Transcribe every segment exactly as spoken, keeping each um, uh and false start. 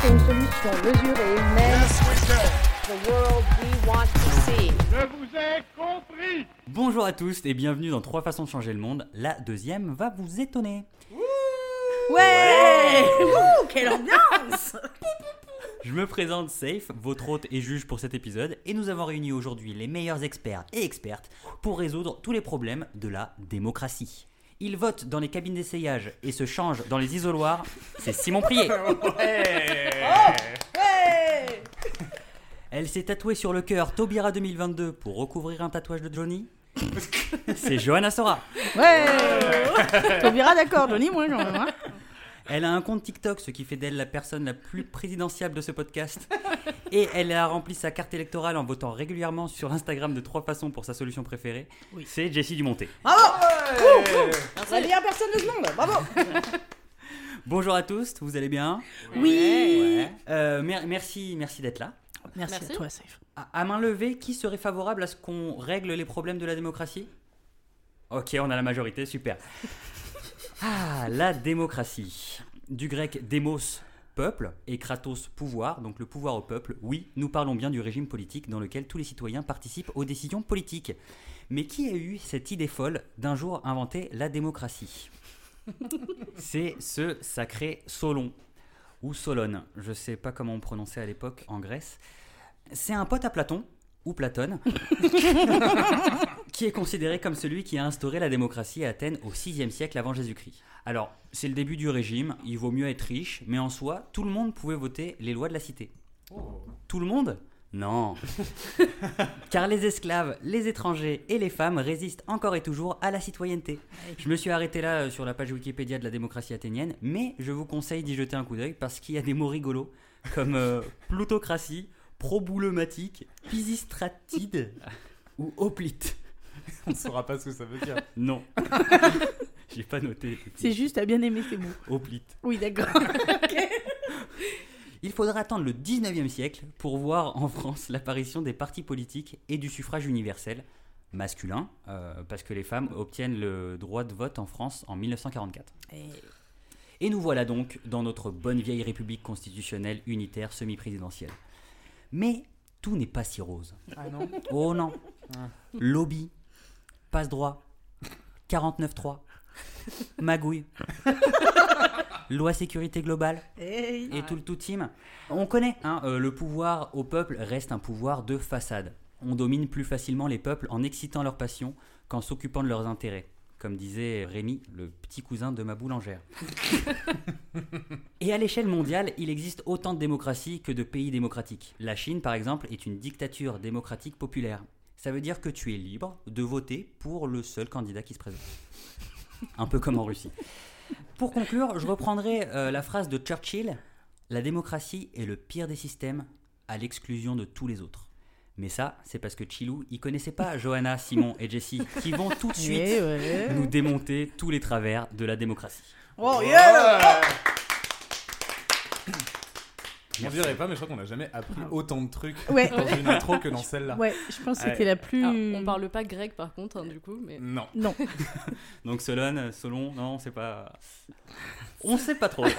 apporter une solution mesurée, mais the world we want to see. Je vous ai compris. Bonjour à tous et bienvenue dans Trois façons de changer le monde. La deuxième va vous étonner. Ouais, ouais Ouh, quelle ambiance. Je me présente Safe, votre hôte et juge pour cet épisode, et nous avons réuni aujourd'hui les meilleurs experts et expertes pour résoudre tous les problèmes de la démocratie. Ils votent dans les cabines d'essayage et se changent dans les isoloirs. C'est Simon Prier. Ouais. Oh, ouais. Elle s'est tatouée sur le cœur Taubira deux mille vingt-deux pour recouvrir un tatouage de Johnny. C'est Johanna Sora. Ouais. Taubira d'accord, Johnny moins quand même. Hein. Elle a un compte TikTok, ce qui fait d'elle la personne la plus présidentiable de ce podcast. Et elle a rempli sa carte électorale en votant régulièrement sur l'Instagram de Trois façons pour sa solution préférée. Oui. C'est Jessie Dumonté. Bravo. Ouais. La meilleure personne de ce monde, bravo. Bonjour à tous, vous allez bien ? Oui. Ouais. Euh, mer- merci, merci d'être là. Merci, Merci à toi, Safe. À, à main levée, qui serait favorable à ce qu'on règle les problèmes de la démocratie ? Ok, on a la majorité, super. Ah, la démocratie. Du grec démos, peuple, et kratos, pouvoir, donc le pouvoir au peuple. Oui, nous parlons bien du régime politique dans lequel tous les citoyens participent aux décisions politiques. Mais qui a eu cette idée folle d'un jour inventer la démocratie ? C'est ce sacré Solon, ou Solone, je sais pas comment on prononçait à l'époque en Grèce. C'est un pote à Platon, ou Platone, qui est considéré comme celui qui a instauré la démocratie à Athènes au sixième siècle avant Jésus-Christ. Alors, c'est le début du régime, il vaut mieux être riche, mais en soi, tout le monde pouvait voter les lois de la cité. Oh. Tout le monde ? Non. Car les esclaves, les étrangers et les femmes résistent encore et toujours à la citoyenneté. Je me suis arrêté là sur la page Wikipédia de la démocratie athénienne, mais je vous conseille d'y jeter un coup d'œil parce qu'il y a des mots rigolos comme euh, plutocratie, problématique, pisistratide ou hoplite. On ne saura pas ce que ça veut dire. Non. J'ai pas noté. C'est juste, t'as bien aimé ces mots. Hoplite. Oui, d'accord. Okay. Il faudra attendre le dix-neuvième siècle pour voir en France l'apparition des partis politiques et du suffrage universel masculin, euh, parce que les femmes obtiennent le droit de vote en France en dix-neuf cent quarante-quatre. Et... et nous voilà donc dans notre bonne vieille république constitutionnelle unitaire semi-présidentielle. Mais tout n'est pas si rose. Ah non ? Oh non. Ah. Lobby, passe-droit, quarante-neuf trois, magouille, loi sécurité globale hey. et tout le tout team. On connaît, hein, euh, le pouvoir au peuple reste un pouvoir de façade. On domine plus facilement les peuples en excitant leur passion qu'en s'occupant de leurs intérêts. Comme disait Rémi, le petit cousin de ma boulangère. Et à l'échelle mondiale, il existe autant de démocraties que de pays démocratiques. La Chine, par exemple, est une dictature démocratique populaire. Ça veut dire que tu es libre de voter pour le seul candidat qui se présente. Un peu comme en Russie. Pour conclure, je reprendrai euh, la phrase de Churchill. La démocratie est le pire des systèmes, à l'exclusion de tous les autres. Mais ça, c'est parce que Chilou, il connaissait pas Johanna, Simon et Jessie, qui vont tout de suite ouais, ouais. nous démonter tous les travers de la démocratie. Oh yeah! On dirait pas, mais je crois qu'on n'a jamais appris autant de trucs ouais. dans une intro que dans celle-là. Ouais, je pense que c'était la plus... Alors, on parle pas grec par contre, hein, du coup, mais... Non. Non. Donc Solon, Solon, non, c'est pas... On sait pas trop.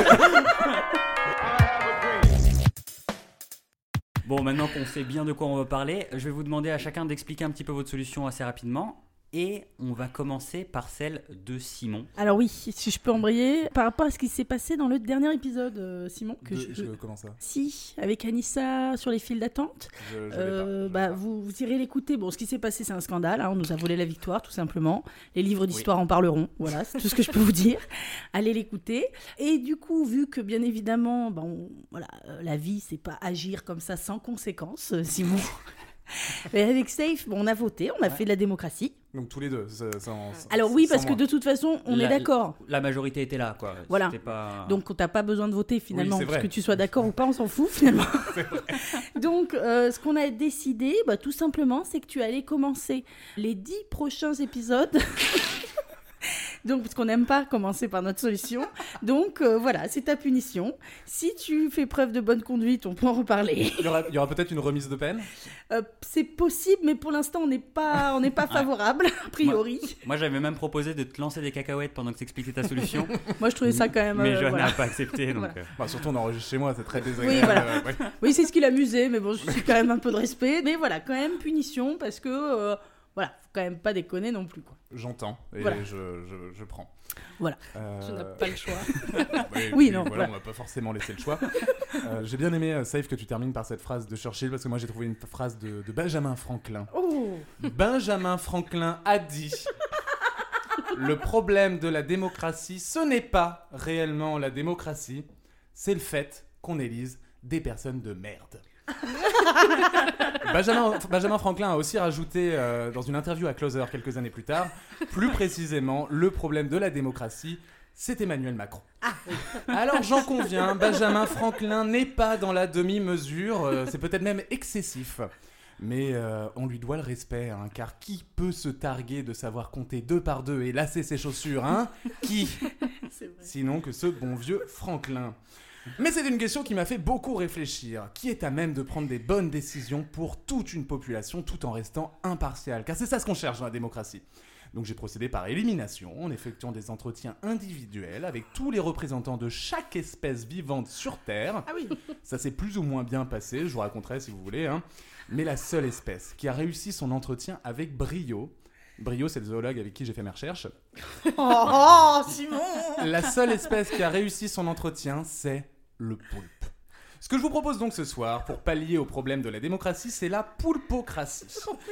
Bon, maintenant qu'on sait bien de quoi on va parler, je vais vous demander à chacun d'expliquer un petit peu votre solution assez rapidement. Et on va commencer par celle de Simon. Alors oui, si je peux embrayer, par rapport à ce qui s'est passé dans le dernier épisode, euh, Simon. Que de, je, je, comment ça ? Si, avec Anissa sur les files d'attente. Je, je euh, pas, bah, pas. vous, vous irez l'écouter. Bon, ce qui s'est passé, c'est un scandale. Hein, on nous a volé la victoire, tout simplement. Les livres d'histoire oui. en parleront. Voilà, c'est tout ce que je peux vous dire. Allez l'écouter. Et du coup, vu que bien évidemment, bah, on, voilà, euh, la vie, c'est pas agir comme ça sans conséquences, euh, Simon. Mais avec Safe, bon, on a voté, on a ouais. fait de la démocratie. Donc tous les deux. Ça, ça, ça, Alors oui, parce que moi. de toute façon, on la, est d'accord. La majorité était là, quoi. Voilà. Pas... Donc t'as pas besoin de voter finalement, oui, parce que tu sois d'accord ou pas, on s'en fout finalement. Donc euh, ce qu'on a décidé, bah, tout simplement, c'est que tu allais commencer les dix prochains épisodes Donc, parce qu'on n'aime pas commencer par notre solution. Donc, euh, voilà, c'est ta punition. Si tu fais preuve de bonne conduite, on peut en reparler. Il y aura, il y aura peut-être une remise de peine. Euh, c'est possible, mais pour l'instant, on n'est pas, on n'est pas favorable, a priori. Moi, moi, j'avais même proposé de te lancer des cacahuètes pendant que tu expliquais ta solution. Moi, je trouvais ça quand même... Mais euh, Johanna voilà. n'a pas accepté. Donc, Voilà. euh, Bah, surtout, on enregistre chez moi, c'est très désagréable. Oui, voilà. Euh, ouais. Oui, c'est ce qui l'amusait, mais bon, je suis quand même un peu de respect. Mais voilà, quand même punition, parce que... Euh, voilà, faut quand même pas déconner non plus, quoi. J'entends et Voilà. je, je, je prends. Voilà. Euh, Tu n'as pas le choix. Oui, Oui, puis non, Voilà, voilà. on va pas forcément laisser le choix. Euh, j'ai bien aimé, euh, Safe, que tu termines par cette phrase de Churchill, parce que moi j'ai trouvé une phrase de, de Benjamin Franklin. Oh. Benjamin Franklin a dit le problème de la démocratie, ce n'est pas réellement la démocratie, c'est le fait qu'on élise des personnes de merde. Benjamin, Benjamin Franklin a aussi rajouté euh, dans une interview à Closer quelques années plus tard, plus précisément, le problème de la démocratie, c'est Emmanuel Macron. Alors j'en conviens, Benjamin Franklin n'est pas dans la demi-mesure, euh, c'est peut-être même excessif. Mais euh, on lui doit le respect, hein, car qui peut se targuer de savoir compter deux par deux et lasser ses chaussures, hein ? Qui ? C'est vrai. Sinon que ce bon vieux Franklin. Mais c'est une question qui m'a fait beaucoup réfléchir. Qui est à même de prendre des bonnes décisions pour toute une population tout en restant impartial ? Car c'est ça ce qu'on cherche dans la démocratie. Donc j'ai procédé par élimination en effectuant des entretiens individuels avec tous les représentants de chaque espèce vivante sur Terre. Ah oui. Ça s'est plus ou moins bien passé, je vous raconterai si vous voulez. Hein. Mais la seule espèce qui a réussi son entretien avec brio, brio c'est le zoologue avec qui j'ai fait mes recherches, Oh, oh, Simon. la seule espèce qui a réussi son entretien, c'est le poulpe. Ce que je vous propose donc ce soir, pour pallier au problème de la démocratie, c'est la poulpocratie.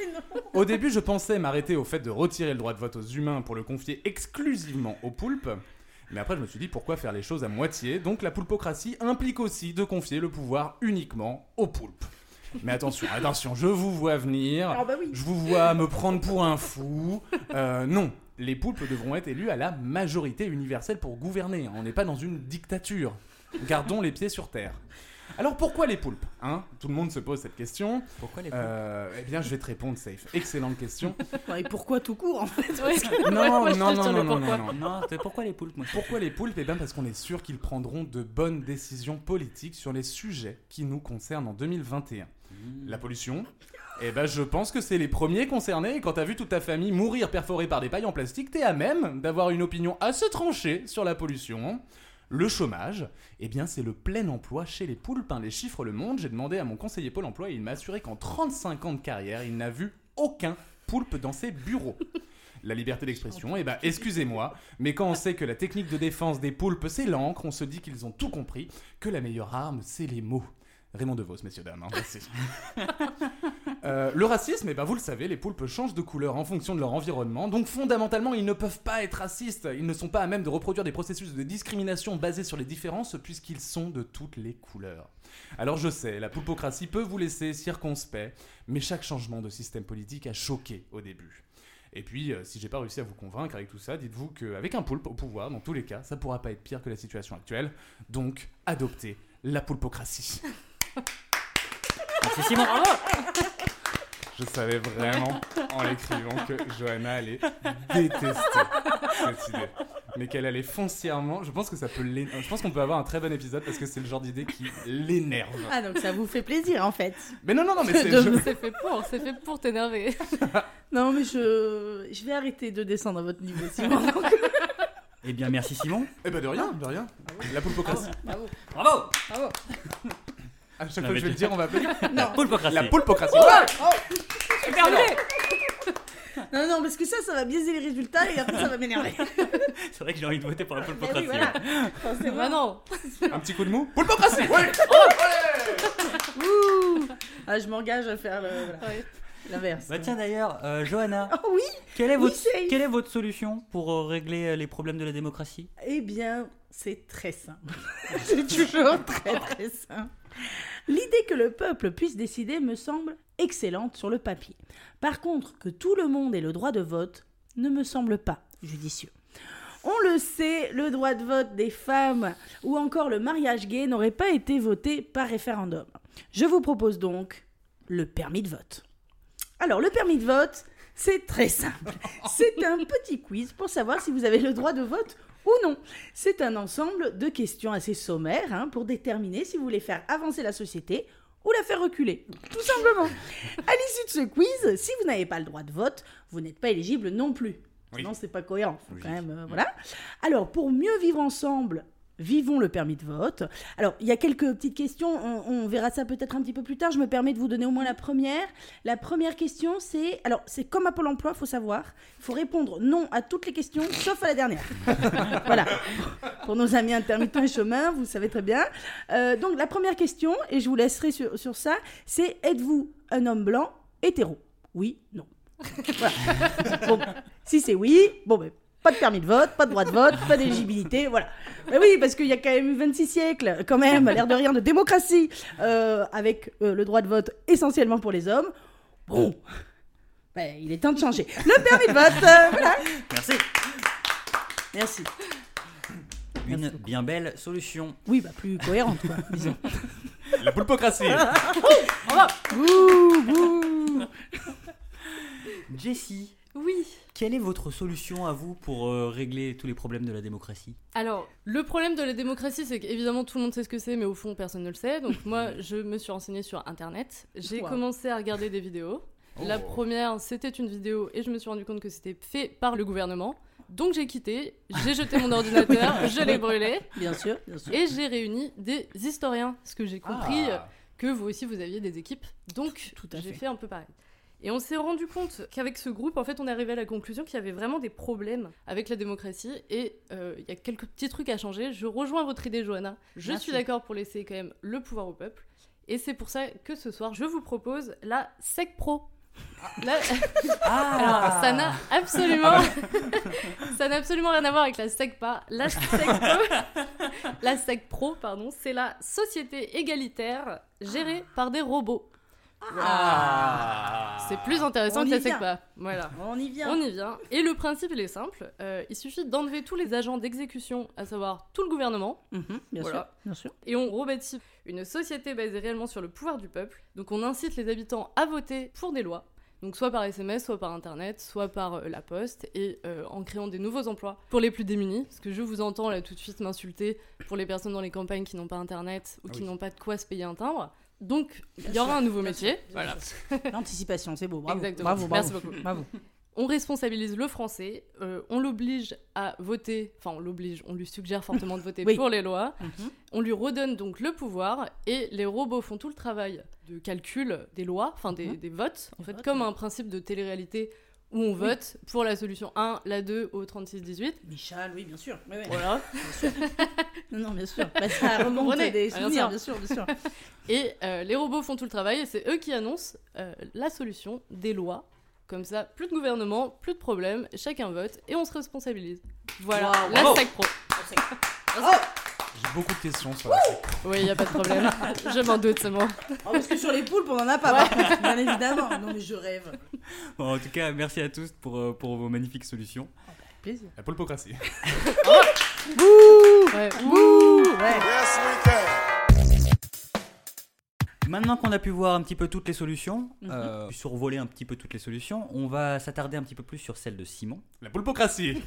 Au début, je pensais m'arrêter au fait de retirer le droit de vote aux humains pour le confier exclusivement aux poulpes. Mais après, je me suis dit, pourquoi faire les choses à moitié ? Donc la poulpocratie implique aussi de confier le pouvoir uniquement aux poulpes. Mais attention, attention, je vous vois venir, Ah bah oui. je vous vois me prendre pour un fou. Euh, non, les poulpes devront être élus à la majorité universelle pour gouverner. On n'est pas dans une dictature. Gardons les pieds sur terre. Alors pourquoi les poulpes, hein ? Tout le monde se pose cette question. pourquoi les poulpes Euh, eh bien, je vais te répondre, Safe. Excellente question. Et pourquoi tout court, en fait? Oui. Non, Moi, je non, reste non, sur le non, non, pourquoi. non, non. Non, c'est pourquoi les poulpes moi Pourquoi les poulpes ? Eh bien parce qu'on est sûr qu'ils prendront de bonnes décisions politiques sur les sujets qui nous concernent en deux mille vingt et un. La pollution ? Eh ben je pense que c'est les premiers concernés. Et quand t'as vu toute ta famille mourir perforée par des pailles en plastique, t'es à même d'avoir une opinion assez tranchée sur la pollution. Le chômage, eh bien c'est le plein emploi chez les poulpes, hein. Les chiffres le montrent. J'ai demandé à mon conseiller Pôle emploi et il m'a assuré qu'en trente-cinq ans de carrière, il n'a vu aucun poulpe dans ses bureaux. La liberté d'expression, eh ben excusez-moi, mais quand on sait que la technique de défense des poulpes c'est l'encre, on se dit qu'ils ont tout compris, que la meilleure arme c'est les mots. Raymond DeVos, messieurs, dames, hein, merci. Euh, le racisme, eh ben, vous le savez, les poulpes changent de couleur en fonction de leur environnement, donc fondamentalement, ils ne peuvent pas être racistes. Ils ne sont pas à même de reproduire des processus de discrimination basés sur les différences, puisqu'ils sont de toutes les couleurs. Alors je sais, la poulpocratie peut vous laisser circonspect, mais chaque changement de système politique a choqué au début. Et puis, euh, si j'ai pas réussi à vous convaincre avec tout ça, dites-vous qu'avec un poulpe au pouvoir, dans tous les cas, ça pourra pas être pire que la situation actuelle. Donc, adoptez la poulpocratie. Merci Simon. Je savais vraiment, en l'écrivant, que Johanna allait détester cette idée. Mais qu'elle allait foncièrement... Je pense que ça peut l'énerver. Je pense qu'on peut avoir un très bon épisode parce que c'est le genre d'idée qui l'énerve. Ah, donc ça vous fait plaisir, en fait. Mais non, non, non, mais c'est... De- je- C'est fait pour, c'est fait pour t'énerver. Non, mais je... je vais arrêter de descendre à votre niveau, Simon. Eh bien, merci Simon. Eh ben de rien, de rien. La poulpocratie. Bravo. Bravo. Bravo. À chaque fois que je vais le dire, on va appeler. Non. Poulpocratie. La poulpocratie. Ouais. Terminé. Non, non, parce que ça, ça va biaiser les résultats et après, ça va m'énerver. C'est vrai que j'ai envie de voter pour la Eh poulpocratie. oui, voilà. ouais. Forcément. Bah non. Un petit coup de mou. Poulpocratie. Ouais. Ouh. Ah, je m'engage à faire le... voilà, Ouais. l'inverse. Bah tiens d'ailleurs, euh, Johanna, Oh oui. quelle est, Oui, votre, c'est- quelle est votre solution pour euh, régler euh, les problèmes de la démocratie ? Eh bien, c'est très simple. C'est toujours très très simple. L'idée que le peuple puisse décider me semble excellente sur le papier. Par contre, que tout le monde ait le droit de vote ne me semble pas judicieux. On le sait, le droit de vote des femmes ou encore le mariage gay n'aurait pas été voté par référendum. Je vous propose donc le permis de vote. Alors, le permis de vote, C'est très simple. C'est un petit quiz pour savoir si vous avez le droit de vote ou non. C'est un ensemble de questions assez sommaires hein, pour déterminer si vous voulez faire avancer la société ou la faire reculer, tout simplement. À l'issue de ce quiz, si vous n'avez pas le droit de vote, vous n'êtes pas éligible non plus. Oui. Non, c'est pas cohérent. Faut Oui. quand même, euh, voilà. Alors, pour mieux vivre ensemble, vivons le permis de vote. Alors, il y a quelques petites questions. On, on verra ça peut-être un petit peu plus tard. Je me permets de vous donner au moins la première. La première question, c'est... Alors, c'est comme à Pôle emploi, il faut savoir. Il faut répondre non à toutes les questions, sauf à la dernière. Voilà. Pour nos amis intermittents et chômeurs, vous savez très bien. Euh, donc, la première question, et je vous laisserai sur, sur ça, c'est êtes-vous un homme blanc hétéro ? Oui, non. Voilà. Bon, si c'est oui, bon ben... Pas de permis de vote, pas de droit de vote, pas d'éligibilité, voilà. Mais oui, parce qu'il y a quand même eu vingt-six siècles, quand même, à l'air de rien, de démocratie, euh, avec euh, le droit de vote essentiellement pour les hommes. Bon, ben, il est temps de changer. Le permis de vote, euh, voilà. Merci. Merci. Une bien belle solution. Oui, bah plus cohérente, quoi, disons. La poulpocratie. Ouh, ouh. Jessie, Oui. quelle est votre solution à vous pour euh, régler tous les problèmes de la démocratie ? Alors, le problème de la démocratie, c'est qu'évidemment tout le monde sait ce que c'est, mais au fond personne ne le sait. Donc moi, je me suis renseignée sur Internet. J'ai Wow. commencé à regarder des vidéos. La Oh. première, c'était une vidéo et je me suis rendu compte que c'était fait par le gouvernement. Donc j'ai quitté, j'ai jeté mon ordinateur, je l'ai brûlé Bien sûr, bien sûr. et j'ai réuni des historiens. Parce que j'ai compris Ah. que vous aussi vous aviez des équipes. Donc Tout à j'ai fait. fait un peu pareil. Et on s'est rendu compte qu'avec ce groupe, en fait, on est arrivé à la conclusion qu'il y avait vraiment des problèmes avec la démocratie et euh, il y a quelques petits trucs à changer. Je rejoins votre idée, Johanna. Je Merci. suis d'accord pour laisser quand même le pouvoir au peuple. Et c'est pour ça que ce soir, je vous propose la SecPro. La- Alors, ça n'a absolument, ça n'a absolument rien à voir avec la SecPA. La SecPro, la SecPro, pardon, c'est la société égalitaire gérée par des robots. Ah. C'est plus intéressant On que y la vient. SecPA. Voilà. On y vient. On y vient. Et le principe, il est simple. Euh, il suffit d'enlever tous les agents d'exécution, à savoir tout le gouvernement, Mhm, bien Voilà. sûr, bien sûr. et on rebâtit une société basée réellement sur le pouvoir du peuple. Donc on incite les habitants à voter pour des lois. Donc soit par S M S, soit par Internet, soit par euh, la poste, et euh, en créant des nouveaux emplois pour les plus démunis. Parce que je vous entends là tout de suite m'insulter pour les personnes dans les campagnes qui n'ont pas Internet ou Ah qui oui. n'ont pas de quoi se payer un timbre. Donc Bien il y aura sûr, un nouveau bien métier. sûr, bien Voilà. sûr. L'anticipation, c'est beau. Bravo. Exactement. Bravo, bravo. Merci beaucoup. Bravo. On responsabilise le français, euh, on l'oblige à voter, enfin on l'oblige, on lui suggère fortement de voter Oui. pour les lois, Mhm. on lui redonne donc le pouvoir et les robots font tout le travail de calcul des lois, enfin des, Mhm. des votes, en Des fait votes, comme ouais. un principe de télé-réalité où on vote pour la solution un, la deux au trente-six dix-huit. Michal, oui, bien sûr. Oui, oui. Voilà. Non, non, bien sûr. Bah, ça remonte comprenez, des rien souvenirs, sûr. bien sûr, bien sûr. Et euh, les robots font tout le travail et c'est eux qui annoncent euh, la solution des lois. Comme ça, plus de gouvernement, plus de problèmes, chacun vote et on se responsabilise. Voilà, Wow, la bravo. SecPro. J'ai beaucoup de questions sur la sec. Oui, il a pas de problème. Je m'en doute, c'est bon. Oh, parce que sur les poulpes, on en a pas, par contre, bien évidemment. Non, mais je rêve. Bon, en tout cas, merci à tous pour, euh, pour vos magnifiques solutions. Plaisir. La poulpocratie. Ouais. Ouh, ouais. Maintenant qu'on a pu voir un petit peu toutes les solutions, Mhm. euh, survoler un petit peu toutes les solutions, on va s'attarder un petit peu plus sur celle de Simon. La poulpocratie.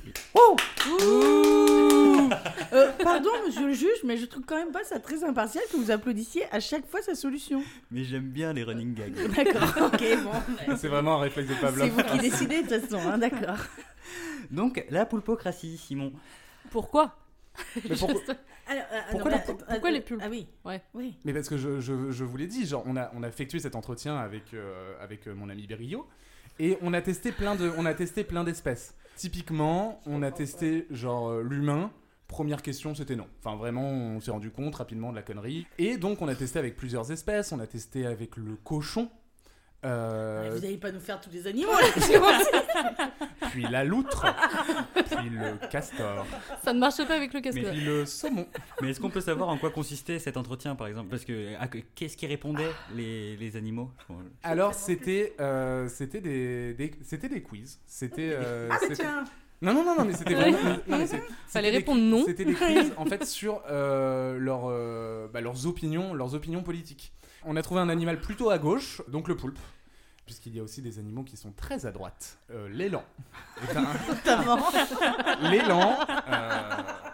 Euh, pardon, monsieur le juge, mais je trouve quand même pas ça très impartial que vous applaudissiez à chaque fois sa solution. Mais j'aime bien les running gags. D'accord, ok, bon. C'est vraiment un réflexe de C'est Pavlov. vous qui décidez, de toute façon, hein, d'accord. Donc, la poulpocratie, Simon. Pourquoi Mais pourquoi- Juste- Alors, euh, Pourquoi non, les- mais, euh, pourquoi euh, les pulpes Ah oui, Ouais. oui. Mais parce que je, je, je vous l'ai dit, genre, on a, on a effectué cet entretien avec, euh, avec euh, mon ami Berio et on a testé plein de, on a testé plein d'espèces. Typiquement, on a testé genre euh, l'humain. Première question, c'était non. Enfin, vraiment, on s'est rendu compte rapidement de la connerie. Et donc, on a testé avec plusieurs espèces. On a testé avec le cochon. euh, Vous n'allez pas nous faire tous les animaux, là. puis la loutre, puis le castor, Ça ne marche pas avec le casque. puis le saumon. Mais est-ce qu'on peut savoir en quoi consistait cet entretien, par exemple? Parce que à- qu'est-ce qui répondaient les, les animaux? Alors, c'était, euh, c'était des, des- c'était des quiz. C'était, euh, Ah, mais c'était- tiens. Non, non, non, non, mais c'était vraiment. non, mais c'est- Fallait c'était des- répondre non. C'était des quiz en fait sur euh, leur, euh, bah, leurs opinions, leurs opinions politiques. On a trouvé un animal plutôt à gauche, donc le poulpe. puisqu'il y a aussi des animaux qui sont très à droite. Euh, l'élan. est un- Notamment. L'élan euh,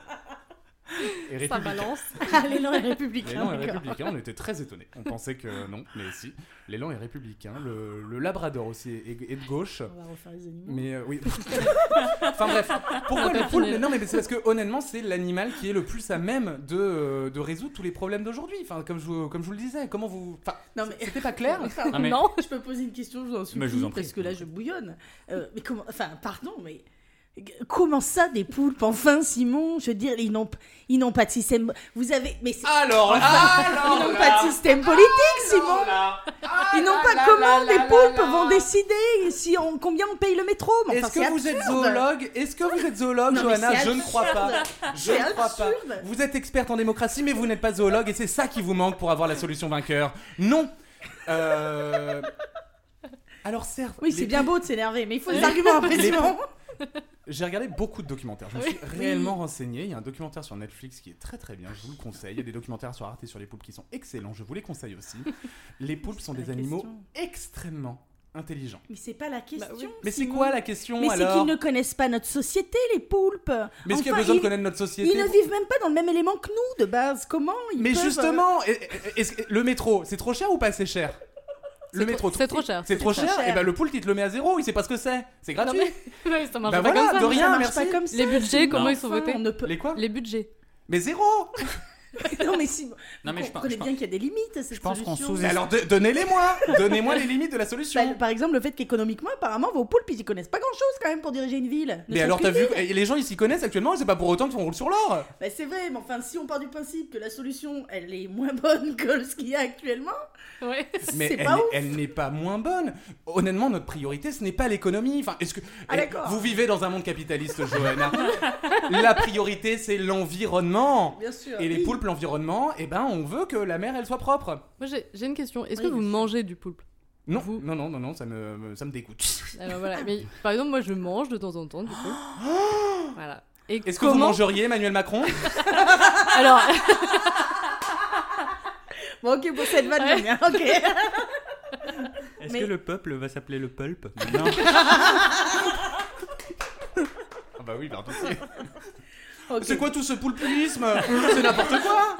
est Ça républicain. balance. Ah, l'élan est républicain. L'élan est d'accord. républicain, on était très étonnés. On pensait que non, mais si. L'élan est républicain. Le, le labrador aussi est, est de gauche. On va refaire les animaux. Mais euh, oui. Enfin bref, pourquoi On a le pas poulpe? fini. Mais non, mais c'est parce que honnêtement, c'est l'animal qui est le plus à même de, euh, de résoudre tous les problèmes d'aujourd'hui. Enfin, comme je, vous- comme je vous le disais, comment vous. Enfin, Non, mais- c'était pas clair. Pardon, mais- Non. Je peux poser une question, je vous en supplie, Mais je vous en prie. parce que là je bouillonne. Euh, mais comment, enfin, pardon, mais comment ça des poulpes? Enfin, Simon, je veux dire, ils n'ont, ils n'ont pas de système. Vous avez, mais c'est- Alors, Enfin, alors, ils n'ont là, pas de système politique, Simon. là. Ah Ils n'ont là pas là comment là les là poulpes là. vont décider si on, combien on paye le métro. Mais enfin, Est-ce que c'est vous êtes absurde. zoologue Est-ce que vous êtes zoologue, Non, mais Johanna? c'est Je ne crois pas. Je C'est ne crois pas. absurde. Vous êtes experte en démocratie, mais vous n'êtes pas zoologue, et c'est ça qui vous manque pour avoir la solution vainqueur. Non. Euh... Alors certes. Oui, les c'est bien poulpes- beau de s'énerver, mais il faut des arguments après, Les Simon. J'ai regardé beaucoup de documentaires. Je me Oui. suis réellement renseigné. Il y a un documentaire sur Netflix qui est très très bien. Je vous le conseille. Il y a des documentaires sur Arte sur les poulpes qui sont excellents. Je vous les conseille aussi. Les poulpes sont pas des la animaux question. extrêmement intelligents. Mais c'est pas la question. Bah oui. Mais c'est Simon. quoi la question Mais c'est alors qu'ils ne connaissent pas notre société, les poulpes. Mais est-ce qu'il y a Enfin, besoin ils- de connaître notre société Ils ne vivent même pas dans le même élément que nous, de base. Comment ils Mais peuvent, euh, justement, est- est- est-ce que- le métro, c'est trop cher ou pas assez cher? Le C'est métro, trop- c'est trop cher. C'est trop trop cher, cher. et ben le poulpe il te le met à zéro, il sait pas ce que c'est. C'est gratuit. Non, mais- Ouais, ça marche Bah pas voilà, comme ça. de rien, ça marche merci. pas comme ça. Les budgets, Simon. comment ils sont Enfin, votés on ne peut- Les quoi? Les budgets. Mais zéro. Non, mais si. Non, mais vous je pense- comprenez je pense- bien qu'il y a des limites à cette je pense qu'on solution. sous- Mais alors de- donnez-les-moi. Donnez-moi les limites de la solution. Bah, par exemple, le fait qu'économiquement, apparemment, vos poulpes, ils y connaissent pas grand-chose quand même pour diriger une ville. Ne Mais serait-ce alors qu'une t'as vu, ville. et les gens ils s'y connaissent actuellement, et c'est pas pour autant qu'ils roulent sur l'or. Bah, c'est vrai, mais enfin, si on part du principe que la solution, elle est moins bonne que ce qu'il y a actuellement, Ouais. Mais c'est elle, pas n'est- ouf. elle n'est pas moins bonne. Honnêtement, notre priorité, ce n'est pas l'économie. Enfin, est-ce que Ah, eh, d'accord. vous vivez dans un monde capitaliste, Johanna? La priorité, c'est l'environnement. bien sûr. Et les oui. poulpes, l'environnement, eh ben, on veut que la mer, elle soit propre. Moi, j'ai j'ai une question. Est-ce Oui, que vous bien sûr. mangez du poulpe? Non, Vous- non, non, non, non, ça me, ça me dégoûte. Alors voilà. Mais par exemple, moi, je mange de temps en temps, du coup. Voilà. Et Est-ce que vous comment- mangeriez Emmanuel Macron? Alors, Bon, ok, pour cette vanne, Ouais. j'aime bien. Ok. Est-ce Mais- que le peuple va s'appeler le pulpe? Non. Ah bah oui, pardon. C'est- Ok. C'est quoi tout ce poulpulisme? C'est n'importe quoi.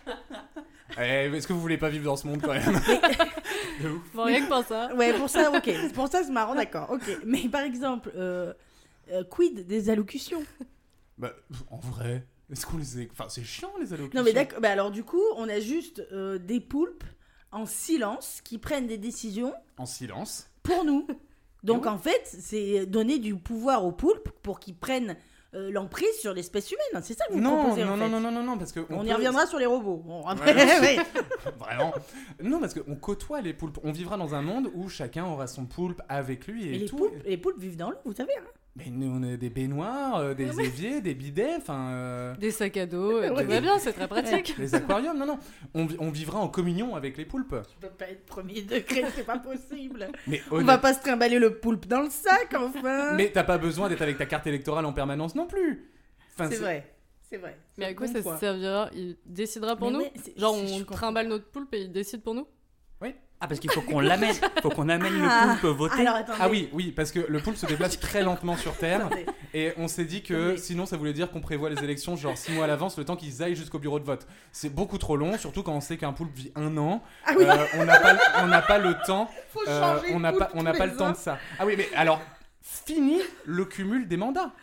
Eh, est-ce que vous voulez pas vivre dans ce monde quand même? bon, rien que pour ça. Ouais, pour ça, ok. Pour ça, c'est marrant, d'accord. Ok. Mais par exemple, euh, euh, quid des allocutions? Bah, en vrai, est-ce qu'on les... é- Enfin, c'est chiant les allocutions. Non, mais d'accord. Bah alors, du coup, on a juste euh, des poulpes en silence qui prennent des décisions En silence. pour nous. Donc, Et oui. en fait, c'est donner du pouvoir aux poulpes pour qu'ils prennent euh, l'emprise sur l'espèce humaine. C'est ça que vous Non, proposez, non, en non, fait. non, non, non, non, parce que... On, y peut- reviendra sur les robots. Bon, après, Ouais. oui. Vraiment. Non, parce qu'on côtoie les poulpes. On vivra dans un monde où chacun aura son poulpe avec lui et Mais les tout. poulpes, les poulpes vivent dans l'eau, vous savez. Hein. Mais nous, on a des baignoires, euh, des éviers, des bidets, enfin... euh, Des sacs à dos, euh, Ouais. tout va bien, c'est très pratique. les aquariums, non, non. On, vi- on vivra en communion avec les poulpes. Je peux pas être premier degré, c'est pas possible. Mais, On honnête- va pas se trimballer le poulpe dans le sac, enfin. Mais t'as pas besoin d'être avec ta carte électorale en permanence non plus. Enfin, c'est vrai, c'est vrai. Mais à C'est quoi bon ça point. servira? Il décidera pour Mais nous? ouais, c'est- Genre, c'est- je on comprends. trimballe notre poulpe et il décide pour nous? Ah, parce qu'il faut qu'on l'amène. Faut qu'on amène Ah. le poulpe voter. Alors attendez. Ah oui, oui, parce que le poulpe se déplace très lentement sur Terre. Attendez. Et on s'est dit que Attendez. sinon ça voulait dire qu'on prévoit les élections genre six mois à l'avance, le temps qu'ils aillent jusqu'au bureau de vote. C'est beaucoup trop long, surtout quand on sait qu'un poulpe vit un an. Ah oui, Euh, on n'a pas, on n'a pas le temps. faut euh, changer on de n'a pas, poulpe on n'a tous pas les le temps ans. de ça. Ah oui, mais alors fini le cumul des mandats.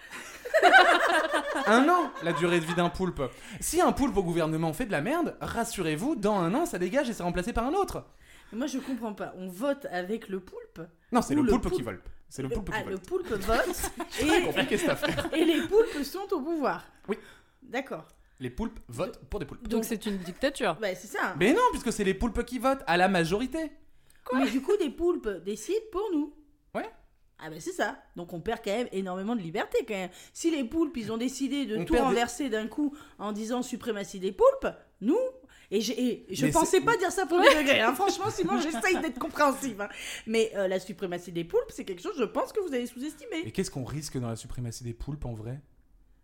Un an, la durée de vie d'un poulpe. Si un poulpe au gouvernement fait de la merde, rassurez-vous, dans un an, ça dégage et c'est remplacé par un autre. Moi je comprends pas. On vote avec le poulpe. Non, c'est Ou le, le poulpe, poulpe. qui vole. C'est le poulpe ah, qui le vole. poulpe vote Très et, compliqué cette affaire. et les poulpes sont au pouvoir. Oui. D'accord. Les poulpes votent pour des poulpes. Donc c'est une dictature. Bah c'est ça. Mais non, puisque c'est les poulpes qui votent à la majorité. Mais du coup, des poulpes décident pour nous. Ouais. Ah bah c'est ça. Donc on perd quand même énormément de liberté quand même. Si les poulpes, ils ont décidé de On tout perd des- renverser d'un coup en disant suprématie des poulpes, nous... Et, j'ai- et je Mais pensais c'est- pas dire ça pour des degrés, hein. Franchement, sinon j'essaye d'être compréhensive. hein. Mais euh, la suprématie des poulpes, c'est quelque chose, je pense, que vous avez sous-estimé. Et qu'est-ce qu'on risque dans la suprématie des poulpes en vrai?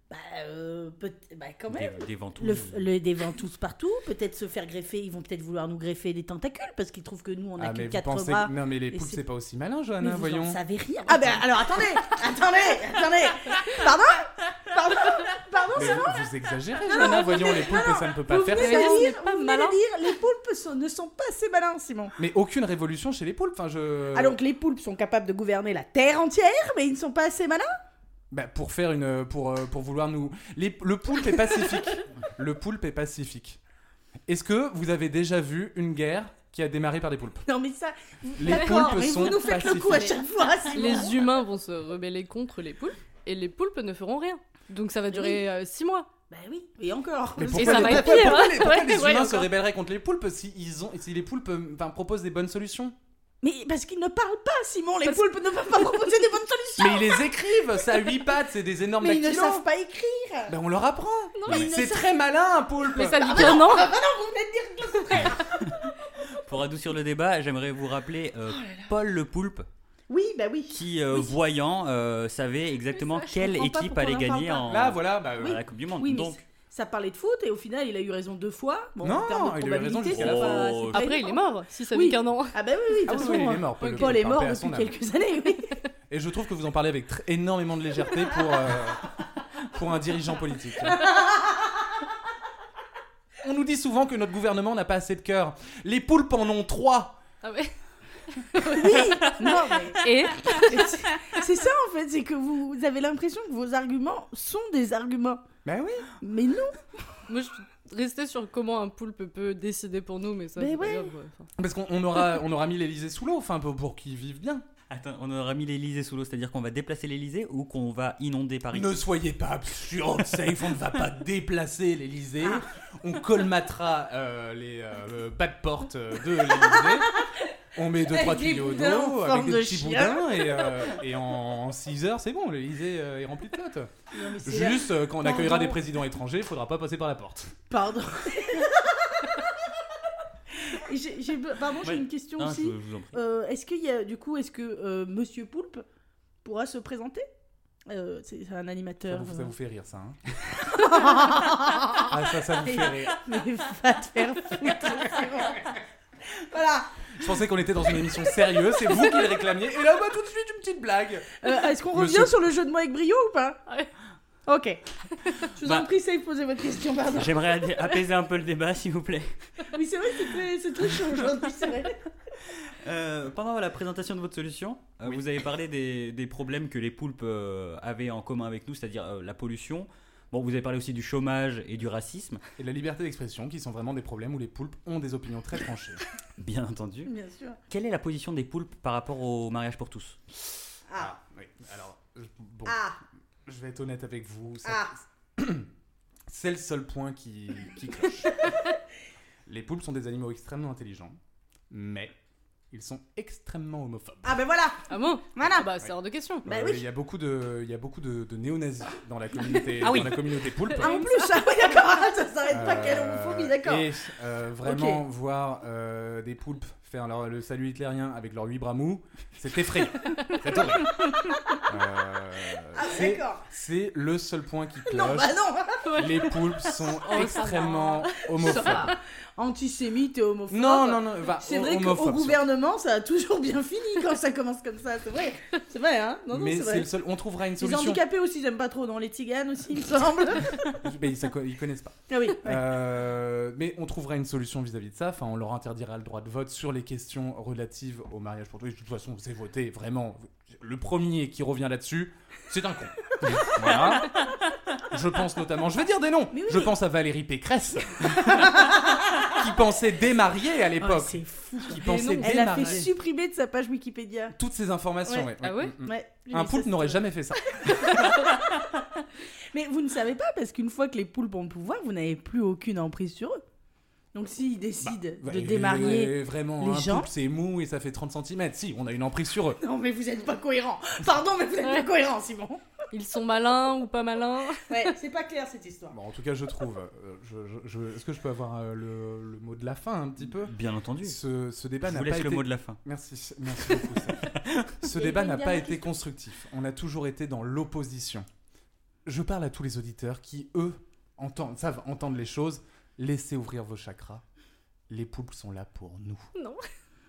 Bah, euh, peut- bah quand Des, même. des ventouses. Le, f- le- des ventouses partout, peut-être se faire greffer, ils vont peut-être vouloir nous greffer des tentacules parce qu'ils trouvent que nous on a Ah, que mais vous quatre pensez bras. que... Non, mais les et poules, c'est- c'est pas aussi malin, Mais Johanna, vous voyons. en savez rien. Ah ben alors attendez, attendez, attendez. Pardon, pardon, pardon. Mais vous, vous exagérez, Johanna, voyons, les poulpes, ça ne peut pas Vous faire venez ça. de ce dire, n'est pas vous venez malin. de dire, les poulpes sont- ne sont pas assez malins, Simon. Mais aucune révolution chez les poulpes, enfin je... Ah donc les poulpes sont capables de gouverner la terre entière, mais ils ne sont pas assez malins. Bah, pour faire une... Pour, euh, pour vouloir nous... Les... Le poulpe est pacifique. Le poulpe est pacifique. Est-ce que vous avez déjà vu une guerre qui a démarré par des poulpes? Non mais ça, Les d'accord, poulpes mais sont vous nous faites le coup à pacifiques. chaque fois, Simon. Les humains vont se rebeller contre les poulpes et les poulpes ne feront rien. Donc ça va durer euh, six mois. Bah oui, et encore. Mais Et pourquoi ça les, va être pourquoi- pire, pourquoi hein. les, pourquoi Ouais, les ouais, humains se encore. rébelleraient contre les poulpes si, ils ont, si les poulpes euh, enfin, proposent des bonnes solutions? Mais parce qu'ils ne parlent pas, Simon, les Parce- poulpes ne peuvent pas proposer des bonnes solutions. Mais ils les écrivent, ça a huit pattes, c'est des énormes Mais ils ne dactylos. savent pas écrire. Ben on leur apprend. mais ils ne C'est savent- très malin un poulpe. Mais ça lui Ah dit bah non, non. ah bah non, vous venez de dire le contraire. Pour adoucir le débat, j'aimerais vous rappeler euh, Paul le poulpe, Oui, bah oui. qui, euh, Oui. voyant, euh, savait exactement Mais ça, je quelle comprends pas équipe pourquoi on allait en parle gagner pas. en, Là voilà, bah, Oui. à la Coupe du Monde. Oui, mais Donc, ça parlait de foot et au final il a eu raison deux fois. Bon, Non, en termes de il a eu raison probabilité, jusqu'à c'est la pas- fin. c'est pas Après, il est énorme. mort, si ça Oui. vit qu'un an. Ah bah oui, oui, de Ah toute oui, façon, oui, il est euh, mort. Paul le Paul poulpe, est mort paix à depuis son âme. quelques années, oui. Et je trouve que vous en parlez avec tr- énormément de légèreté pour, euh, pour un dirigeant politique. On nous dit souvent que notre gouvernement n'a pas assez de cœur. Les poulpes en ont trois. Ah ouais. Oui, non mais... Et C'est c'est ça en fait, c'est que vous, vous avez l'impression que vos arguments sont des arguments. Ben oui. Mais non. moi, je suis restée sur comment un poulpe peut décider pour nous, mais ça, Mais c'est pas ouais. grave. ouais, enfin. Parce qu'on on aura, on aura mis l'Elysée sous l'eau, enfin, pour, pour qu'ils vivent bien. attends, on aura mis l'Elysée sous l'eau, c'est-à-dire qu'on va déplacer l'Elysée ou qu'on va inonder Paris? Ne soyez pas absurde, safe, on ne va pas déplacer l'Elysée. On colmatera euh, les euh, bas de porte euh, de l'Elysée. On met deux, Avec trois des tuyaux boudins en d'eau, forme avec des de petits chien. boudins, et, euh, et en six heures, c'est bon, l'Elysée euh, est remplie de flotte. Non, mais c'est la- Juste, euh, quand on accueillera Pardon. des présidents étrangers, il faudra pas passer par la porte. Pardon. Et j'ai- j'ai- Pardon, j'ai Ouais. une question Ah, je, aussi. je vous en prie. Euh, est-ce qu'il y a, du coup, est-ce que euh, Monsieur Poulpe pourra se présenter Euh, C'est c'est un Ça animateur. vous, ça euh, vous fait rire, ça, hein Ah, ça, ça vous fait rire. Mais va te faire foutre. Voilà. Je pensais qu'on était dans une émission sérieuse, c'est vous qui le réclamiez, et là, bah, tout de suite, une petite blague. Euh, Est-ce qu'on revient Monsieur- sur le jeu de mots avec brio ou pas Ouais. Ok. Je vous Bah. en prie, Safe, posez votre question, pardon. J'aimerais ad- apaiser un peu le débat, s'il vous plaît. Oui, c'est vrai, c'est très, c'est très chaud aujourd'hui, c'est vrai. Euh, pendant la présentation de votre solution, euh, vous avez parlé des, des problèmes que les poulpes euh, avaient en commun avec nous, c'est-à-dire euh, la pollution. Bon, vous avez parlé aussi du chômage et du racisme, Et la liberté d'expression, qui sont vraiment des problèmes où les poulpes ont des opinions très tranchées. bien entendu. Bien sûr. Quelle est la position des poulpes par rapport au mariage pour tous? Ah, oui. Alors, euh, bon, ah, je vais être honnête avec vous. ça- ah. C'est le seul point qui, qui cloche. Les poulpes sont des animaux extrêmement intelligents, mais ils sont extrêmement homophobes. Ah, ben voilà. Ah bon Voilà. Ah bah, c'est hors de question. Bah Euh, oui. Il y a beaucoup de, il y a beaucoup de, de néo-nazis dans la communauté, Ah oui. dans la communauté poulpe. Ah, en plus, ah, oui, d'accord, ah, ça s'arrête pas, quelle Euh, homophobie, d'accord. Et euh, vraiment voir euh, des poulpes faire leur- le salut hitlérien avec leurs huit bras mous, c'est effrayant. C'est horrible. Euh, Ah, c'est- d'accord. c'est le seul point qui cloche. Non, bah non. Les poulpes sont Oh, ça extrêmement va. homophobes. Ça va. Antisémite et homophobe. Non, non, non. va, C'est ho- vrai qu'au homophobes, gouvernement, ça a toujours bien fini quand ça commence comme ça, c'est vrai. C'est vrai, hein. Non, non, mais c'est c'est vrai. le seul. On trouvera une Les solution. handicapés aussi, j'aime pas trop. Dans les tziganes aussi, il me semble. Mais ils, ça co- ils connaissent pas. Ah oui. ouais. Euh, mais on trouvera une solution vis-à-vis de ça. Enfin, on leur interdira le droit de vote sur les questions relatives au mariage pour tous. De toute façon, c'est voté vraiment. Le premier qui revient là-dessus, c'est un con. Voilà. Je pense notamment, je vais dire des noms. Mais oui. Je pense à Valérie Pécresse, qui pensait démarier à Oh, l'époque, c'est fou. qui noms. pensait Elle a fait démarier. supprimer de sa page Wikipédia. Toutes ces informations. Ouais. ouais, Ah ouais mm, mm. Ouais, j'ai Un vu poulpe ça, n'aurait c'est- jamais fait ça. Mais vous ne savez pas, parce qu'une fois que les poulpes ont le pouvoir, vous n'avez plus aucune emprise sur eux. Donc s'ils décident Bah, de et- démarier... et Vraiment, les un gens. poulpe c'est mou et ça fait trente centimètres. Si, on a une emprise sur eux. Non mais vous êtes pas cohérent. Pardon, mais vous êtes pas cohérent, Simon. Ils sont malins ou pas malins? Ouais, c'est pas clair cette histoire. Bon, en tout cas, je trouve. euh, je, je- je- Est-ce que je peux avoir euh, le, le mot de la fin un petit peu Bien entendu. ce, ce débat Je n'a vous pas laisse été. le mot de la fin. Merci, merci beaucoup. Seth. Ce Et débat une n'a pas dernière été question. constructif. On a toujours été dans l'opposition. je parle à tous les auditeurs qui, eux, entendent, savent entendre les choses. Laissez ouvrir vos chakras. Les poulpes sont là pour nous. Non.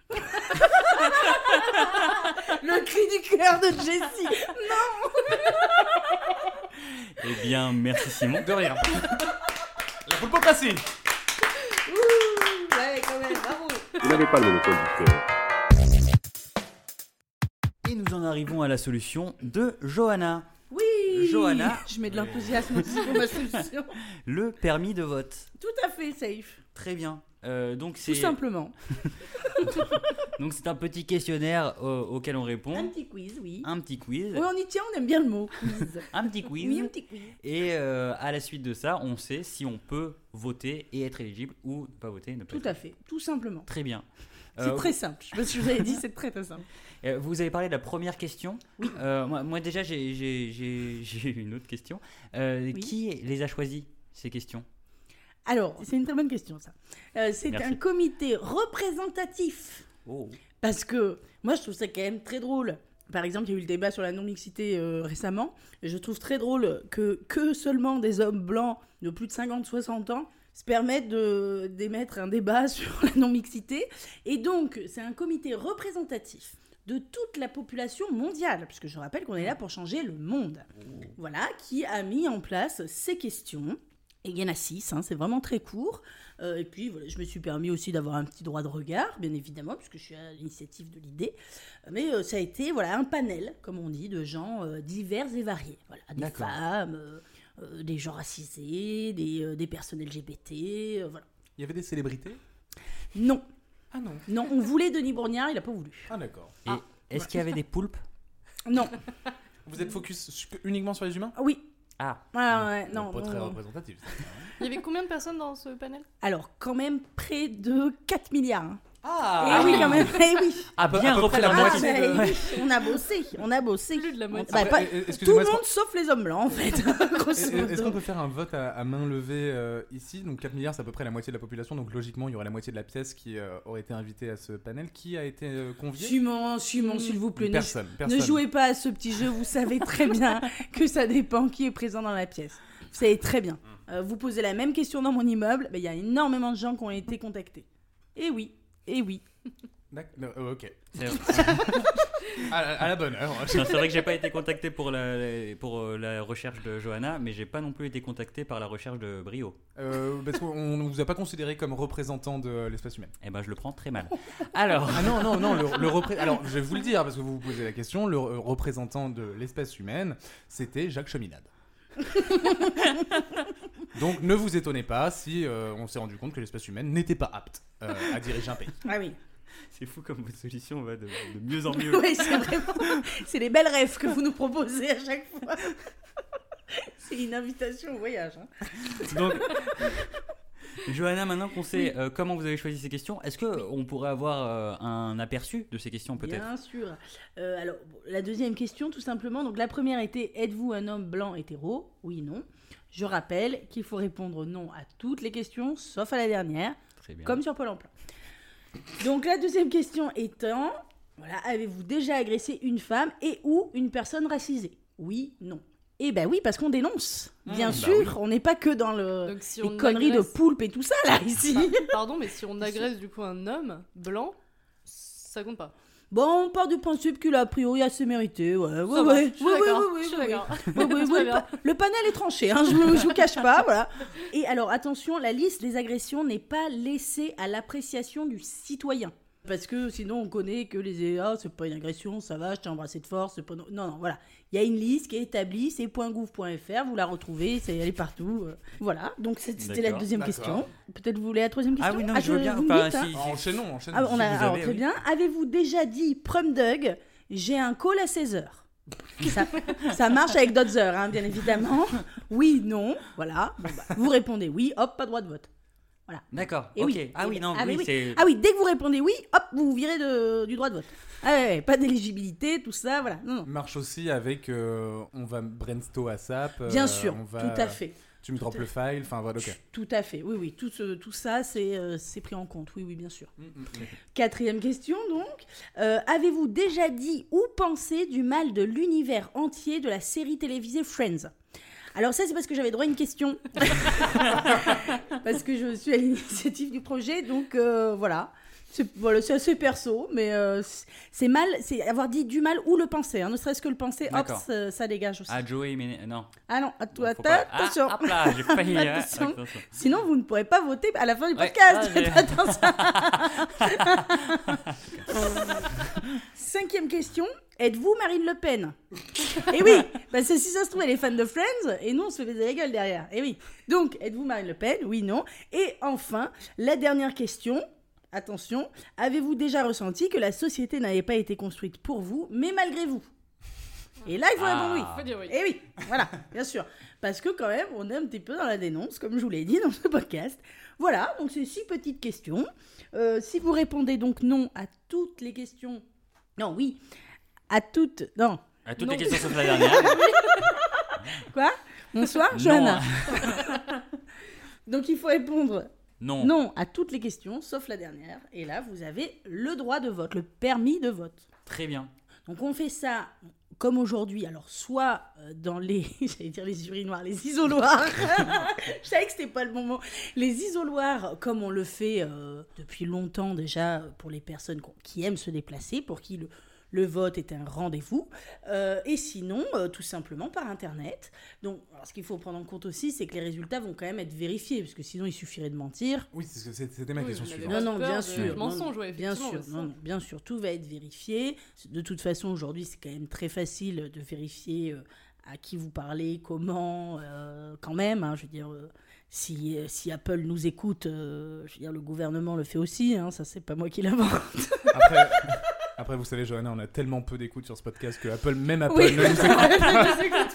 Le cri du cœur de Jessie. Eh bien, merci Simon. De rien. La poulpocratie. Ouh, ouais, quand même, bravo. Vous n'avez pas le monopole du cœur. Et nous en arrivons à la solution de Johanna. Oui. Johanna. Je mets de l'enthousiasme aussi pour ma solution. Le permis de vote. Tout à fait, safe. Très bien. Euh, donc c'est Tout simplement. donc c'est un petit questionnaire euh, auquel on répond. Un petit quiz, oui. Un petit quiz. Oui, on y tient, on aime bien le mot quiz. Un petit quiz. Oui, un petit quiz. Et euh, à la suite de ça, on sait si on peut voter et être éligible ou ne pas voter et ne pas Tout être à fait, tout simplement. Très bien. C'est Euh, très simple. Je sais pas si je vous avais dit, c'est très très simple. Euh, Vous avez parlé de la première question. Oui. Euh, moi, moi, déjà, j'ai- j'ai j'ai- j'ai une autre question. Euh, Oui. Qui les a choisis, ces questions? Alors, c'est une très bonne question, ça. Euh, c'est Merci. un comité représentatif. Oh. Parce que moi, je trouve ça quand même très drôle. Par exemple, il y a eu le débat sur la non-mixité euh, récemment. Et je trouve très drôle que, que seulement des hommes blancs de plus de cinquante à soixante ans se permettent de, d'émettre un débat sur la non-mixité. Et donc, c'est un comité représentatif de toute la population mondiale, puisque je rappelle qu'on est là pour changer le monde. Voilà, qui a mis en place ces questions. Et il y en a six, hein, c'est vraiment très court. Euh, et puis, voilà, je me suis permis aussi d'avoir un petit droit de regard, bien évidemment, puisque je suis à l'initiative de l'idée. Mais euh, ça a été voilà, un panel, comme on dit, de gens euh, divers et variés. Voilà, des D'accord. femmes, euh, euh, des gens racisés, des, euh, des personnes L G B T, euh, voilà. Il y avait des célébrités? Non, Ah non. non, on voulait Denis Bourniard, il n'a pas voulu. Ah d'accord. Et est-ce qu'il y avait des poulpes? Non, Vous êtes focus su- uniquement sur les humains? oui, Ah, ah, ouais, non, Pas non, très non. représentatif. ça. Il y avait combien de personnes dans ce panel? Alors, quand même près de quatre milliards. Hein. ah Eh oui, quand même, eh oui. Ah, peu- bien à peu près la Ah, représentatif. moitié bah, de- oui, on a bossé, on a bossé. Plus de la moitié. Bah, Après, pas- euh, Tout excusez-moi, le est-ce qu'on- monde sauf les hommes blancs, en fait. Grosso Est-ce est-ce qu'on modo. peut faire un vote à, à main levée euh, ici? Donc quatre milliards, c'est à peu près la moitié de la population. Donc logiquement, il y aurait la moitié de la pièce qui euh, aurait été invitée à ce panel. Qui a été euh, convié? Simon, Simon, s'il vous plaît, ne, Personne. personne. ne jouez pas à ce petit jeu. Vous savez très bien que ça dépend qui est présent dans la pièce. Vous savez très bien. Euh, vous posez la même question dans mon immeuble, ben, il y a énormément de gens qui ont été contactés. Et oui, et oui. D'accord, euh, ok. C'est À, la- à la bonne heure. Non, c'est vrai que j'ai pas été contacté pour la, pour euh, la recherche de Johanna, mais j'ai pas non plus été contacté par la recherche de Brio. Euh, parce qu'on ne vous a pas considéré comme représentant de l'espèce humaine. Eh ben, je le prends très mal. Alors, Ah non, non, non. Le, le repré- Alors, je vais vous le dire parce que vous vous posez la question. Le euh, représentant de l'espèce humaine, c'était Jacques Cheminade. Donc, ne vous étonnez pas si euh, on s'est rendu compte que l'espèce humaine n'était pas apte euh, à diriger un pays. Ah oui. c'est fou comme votre solution va de, de mieux en mieux. Oui, c'est vraiment. C'est les belles rêves que vous nous proposez à chaque fois. C'est une invitation au voyage. Hein. Donc, Johanna, maintenant qu'on sait euh, comment vous avez choisi ces questions, est-ce qu'on pourrait avoir euh, un aperçu de ces questions peut-être? Bien sûr. Euh, alors, bon, la deuxième question, tout simplement. Donc, la première était: êtes-vous un homme blanc hétéro? Oui, non. Je rappelle qu'il faut répondre non à toutes les questions, sauf à la dernière, Très bien. comme sur Pôle emploi. Donc, la deuxième question étant: voilà, avez-vous déjà agressé une femme et ou une personne racisée? Oui, non. Eh ben oui, parce qu'on dénonce. Bien bah sûr, oui. on n'est pas que dans le Donc si les on conneries de agresse- poulpe et tout ça là ici. Pardon, mais si on agresse du coup un homme blanc, ça compte pas. Bon, on part du principe qu'il a a priori assez mérité. Ouais, ouais, Ça va, ouais. je suis Ouais, ouais, d'accord, ouais, ouais, je suis ouais, d'accord. ouais, ouais, Tout ouais, va le, bien. pa- le panel est tranché, hein, je ne vous cache pas, voilà. Et alors, attention, la liste des agressions n'est pas laissée à l'appréciation du citoyen. Parce que sinon, on connaît que les ah, c'est pas une agression, ça va, je t'ai embrassé de force. C'est pas... Non, non, voilà. Il y a une liste qui est établie, c'est point gouv point f r, vous la retrouvez, c'est, elle est partout. euh, Voilà, donc c'est- c'était la D'accord. deuxième D'accord. question. Peut-être vous voulez la troisième question? Ah oui, non, je veux bien. vous me Enfin, dites, hein. si- Ah, enchaînons, enchaînons. Ah, on a, vous alors, avez, très oui. bien. Avez-vous déjà dit, Prum Dug, j'ai un call à seize heures? ça, ça marche avec d'autres heures, hein, bien évidemment. Oui, non, voilà. Bon, bah, vous répondez oui, hop, pas droit de vote. D'accord, Et ok. oui. Ah Et oui, oui. non, Ah, mais oui, oui. c'est... Ah oui, dès que vous répondez oui, hop, vous vous virez de, du droit de vote. Ah ouais, ouais, pas d'éligibilité, tout ça, voilà. Non, non. Marche aussi avec euh, on va brainstorm à S A P. euh, Bien sûr, on va- tout à fait. Tu me drops à le file, enfin voilà, ok. Tout à fait, oui, oui. Tout, ce- tout ça, c'est, euh, c'est pris en compte, oui, oui, bien sûr. Mm, mm, mm. Quatrième question, donc. Euh, avez-vous déjà dit ou pensé du mal de l'univers entier de la série télévisée Friends? Alors ça, c'est parce que j'avais droit à une question. Parce que je suis à l'initiative du projet, donc euh, voilà. C'est, voilà, c'est assez perso, mais euh, c'est mal, c'est avoir dit du mal ou le penser, hein, ne serait-ce que le penser, hop, ça, ça dégage aussi. Ah, Joey, mais non. Ah non, à toi, Faut pas- attention. Ah, hop là, j'ai failli. hein. Attention. Attention. Sinon, vous ne pourrez pas voter à la fin du Ouais. podcast. Ah, j'ai- Attention. Cinquième question. Êtes-vous Marine Le Pen? Eh oui, parce que si ça se trouve, elle est fan de Friends, et nous, on se fait baiser la gueule derrière. Eh oui. Donc, êtes-vous Marine Le Pen? Oui, non. Et enfin, la dernière question. Attention, avez-vous déjà ressenti que la société n'avait pas été construite pour vous, mais malgré vous? Et là, il faut Ah. répondre oui. Faut dire oui. Et oui, voilà, bien sûr. Parce que quand même, on est un petit peu dans la dénonce, comme je vous l'ai dit dans ce podcast. Voilà, donc c'est six petites questions. Euh, si vous répondez donc non à toutes les questions... Non, oui, à toutes... Non. À toutes Non. les questions sauf la dernière. Quoi? Bonsoir, Non. Johanna. Donc il faut répondre Non. non à toutes les questions, sauf la dernière. Et là, vous avez le droit de vote, le permis de vote. Très bien. Donc on fait ça comme aujourd'hui, alors soit euh, dans les, j'allais dire les urinoirs, les isoloirs, je savais que c'était pas le bon mot, les isoloirs comme on le fait euh, depuis longtemps déjà pour les personnes qui aiment se déplacer, pour qui le, le vote est un rendez-vous, euh, et sinon euh, tout simplement par internet. Donc alors, ce qu'il faut prendre en compte aussi, c'est que les résultats vont quand même être vérifiés, parce que sinon il suffirait de mentir. Oui, c'est- c'est- c'était ma Oui, question vous n'avez suivante. Non, non, peur bien de- sûr. du non, mensonge, non, ouais, bien effectivement, sûr, c'est non, ça. non, bien sûr, tout va être vérifié. De toute façon, aujourd'hui, c'est quand même très facile de vérifier euh, à qui vous parlez, comment, euh, quand même. Hein, je veux dire, euh, si, euh, si Apple nous écoute, euh, je veux dire, le gouvernement le fait aussi. Hein, ça, c'est pas moi qui l'invente. Après, après, vous savez, Johanna, on a tellement peu d'écoute sur ce podcast que Apple, même Apple, Oui. ne nous écoute.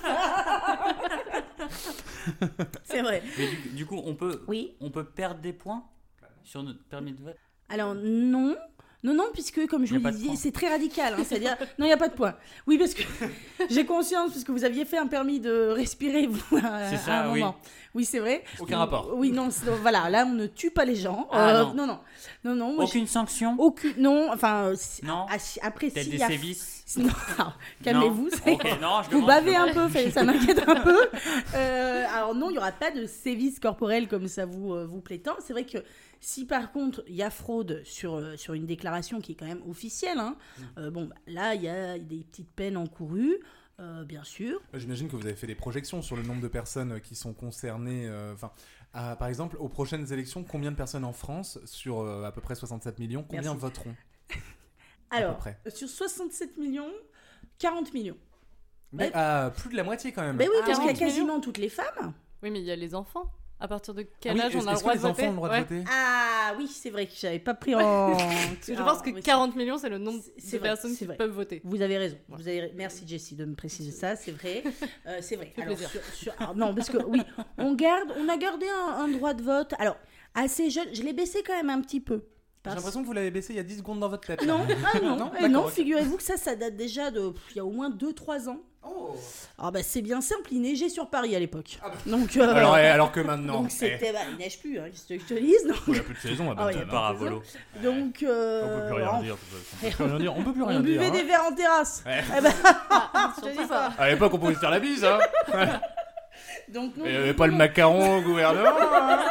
C'est vrai. Mais du, du coup, on peut, Oui. on peut perdre des points sur notre permis de vote. Alors, non. Non, non, puisque, comme je Y a vous pas le de disais, point. c'est très radical. Hein, c'est-à-dire, non, il n'y a pas de point. Oui, parce que j'ai conscience, parce que vous aviez fait un permis de respirer, vous, à, C'est ça, à un oui. moment. Oui, c'est vrai. Aucun rapport. Oui, non, c'est- voilà, là, on ne tue pas les gens. Ah, Euh, non. non, non. Non, non, moi, Aucune sanction. j'ai- aucune. Non, enfin, euh, si- Non. ah, si- après, Peut-être s'il des y a... sévices. Non, alors, calmez-vous. Non. ça y est. Ok, non, je Vous demande, bavez je un demande. peu, fait- ça m'inquiète un peu. Euh, alors non, il n'y aura pas de sévices corporels comme ça vous, euh, vous plaît tant. C'est vrai que si par contre il y a fraude sur, euh, sur une déclaration qui est quand même officielle, hein, euh, bon, bah, là il y a des petites peines encourues, euh, bien sûr. J'imagine que vous avez fait des projections sur le nombre de personnes qui sont concernées. euh, Enfin, à- par exemple, aux prochaines élections, combien de personnes en France, sur euh, à peu près soixante-sept millions, combien Merci. voteront? Alors, près. sur soixante-sept millions, quarante millions. Mais, Ouais. ah, plus de la moitié quand même. Ben oui, Ah, parce qu'il y a quarante quasiment toutes les femmes. Oui, mais il y a les enfants. À partir de quel Ah oui, âge on est-ce- a le est-ce droit que de les voter enfants ont le droit Ouais. de voter? Ah oui, c'est vrai que j'avais pas pris en... Parce que je Ah, pense que oui, c'est- quarante millions, c'est le nombre C'est- c'est de vrai, personnes c'est qui vrai. peuvent voter. Vous avez raison. Vous avez... Merci Jessie de me préciser ça, c'est vrai. Euh, c'est vrai. fait Alors, plaisir. sur- sur- alors, non, parce que oui, on garde, on a gardé un, un droit de vote. Alors, assez jeune, je l'ai baissé quand même un petit peu. J'ai Parce- l'impression que vous l'avez baissé il y a dix secondes dans votre tête. là. Non, ah non, Non, eh non, d'accord, ok. figurez-vous que ça, ça date déjà de, pff, il y a au moins deux trois ans. Oh. Ah bah c'est bien simple, il neigeait sur Paris à l'époque. Donc, euh, Alors, eh, alors que maintenant, donc c'était, bah, il neige plus, hein, qu'est-ce que je te dise. Donc, eh, on a plus de saison à Ah ouais, Bantam, y a hein. pas de Parabolo. donc euh, On peut plus rien on- dire. On peut plus rien dire. On peut plus On rien dire. buvait hein. des verres en terrasse. Ouais. Eh ben, Ah, je te surtout dis ça. pas. À l'époque, on pouvait se faire la bise, hein. Donc, non, Il n'y avait non, pas le non. macaron au gouvernement. hein.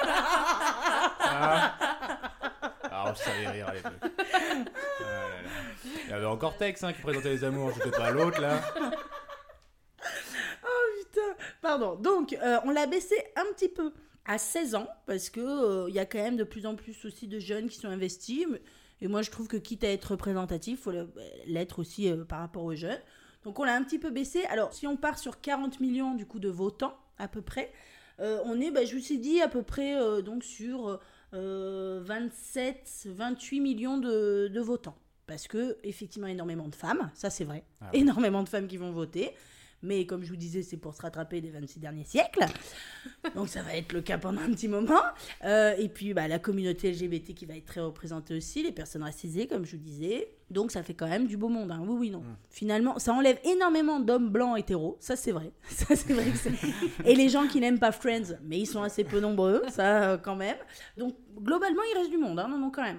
Ah. Ah, on savait rire à l'époque. Ah là là. Il y avait encore Tex hein, qui présentait les amours, j'étais pas l'autre là. Pardon. Donc, euh, on l'a baissé un petit peu à seize ans, parce que euh, il y a quand même de plus en plus aussi de jeunes qui sont investis. mais- Et moi, je trouve que quitte à être représentatif, il faut le- l'être aussi euh, par rapport aux jeunes. Donc, on l'a un petit peu baissé. Alors, si on part sur quarante millions du coup de votants, à peu près, euh, on est, bah, je vous ai dit, à peu près euh, donc sur euh, vingt-sept, vingt-huit millions de, de votants. Parce que, effectivement, énormément de femmes, ça c'est vrai. Ah oui. Énormément de femmes qui vont voter. Mais comme je vous disais, c'est pour se rattraper des vingt-six derniers siècles. Donc ça va être le cas pendant un petit moment. Euh, et puis bah, la communauté L G B T qui va être très représentée aussi, les personnes racisées, comme je vous disais. Donc ça fait quand même du beau monde. Hein. Oui, oui, non. Mm. Finalement, ça enlève énormément d'hommes blancs hétéros. Ça, c'est vrai. Ça, c'est vrai que c'est... Et les gens qui n'aiment pas Friends, mais ils sont assez peu nombreux, ça, euh, quand même. Donc globalement, il reste du monde. Hein. Non, non, quand même.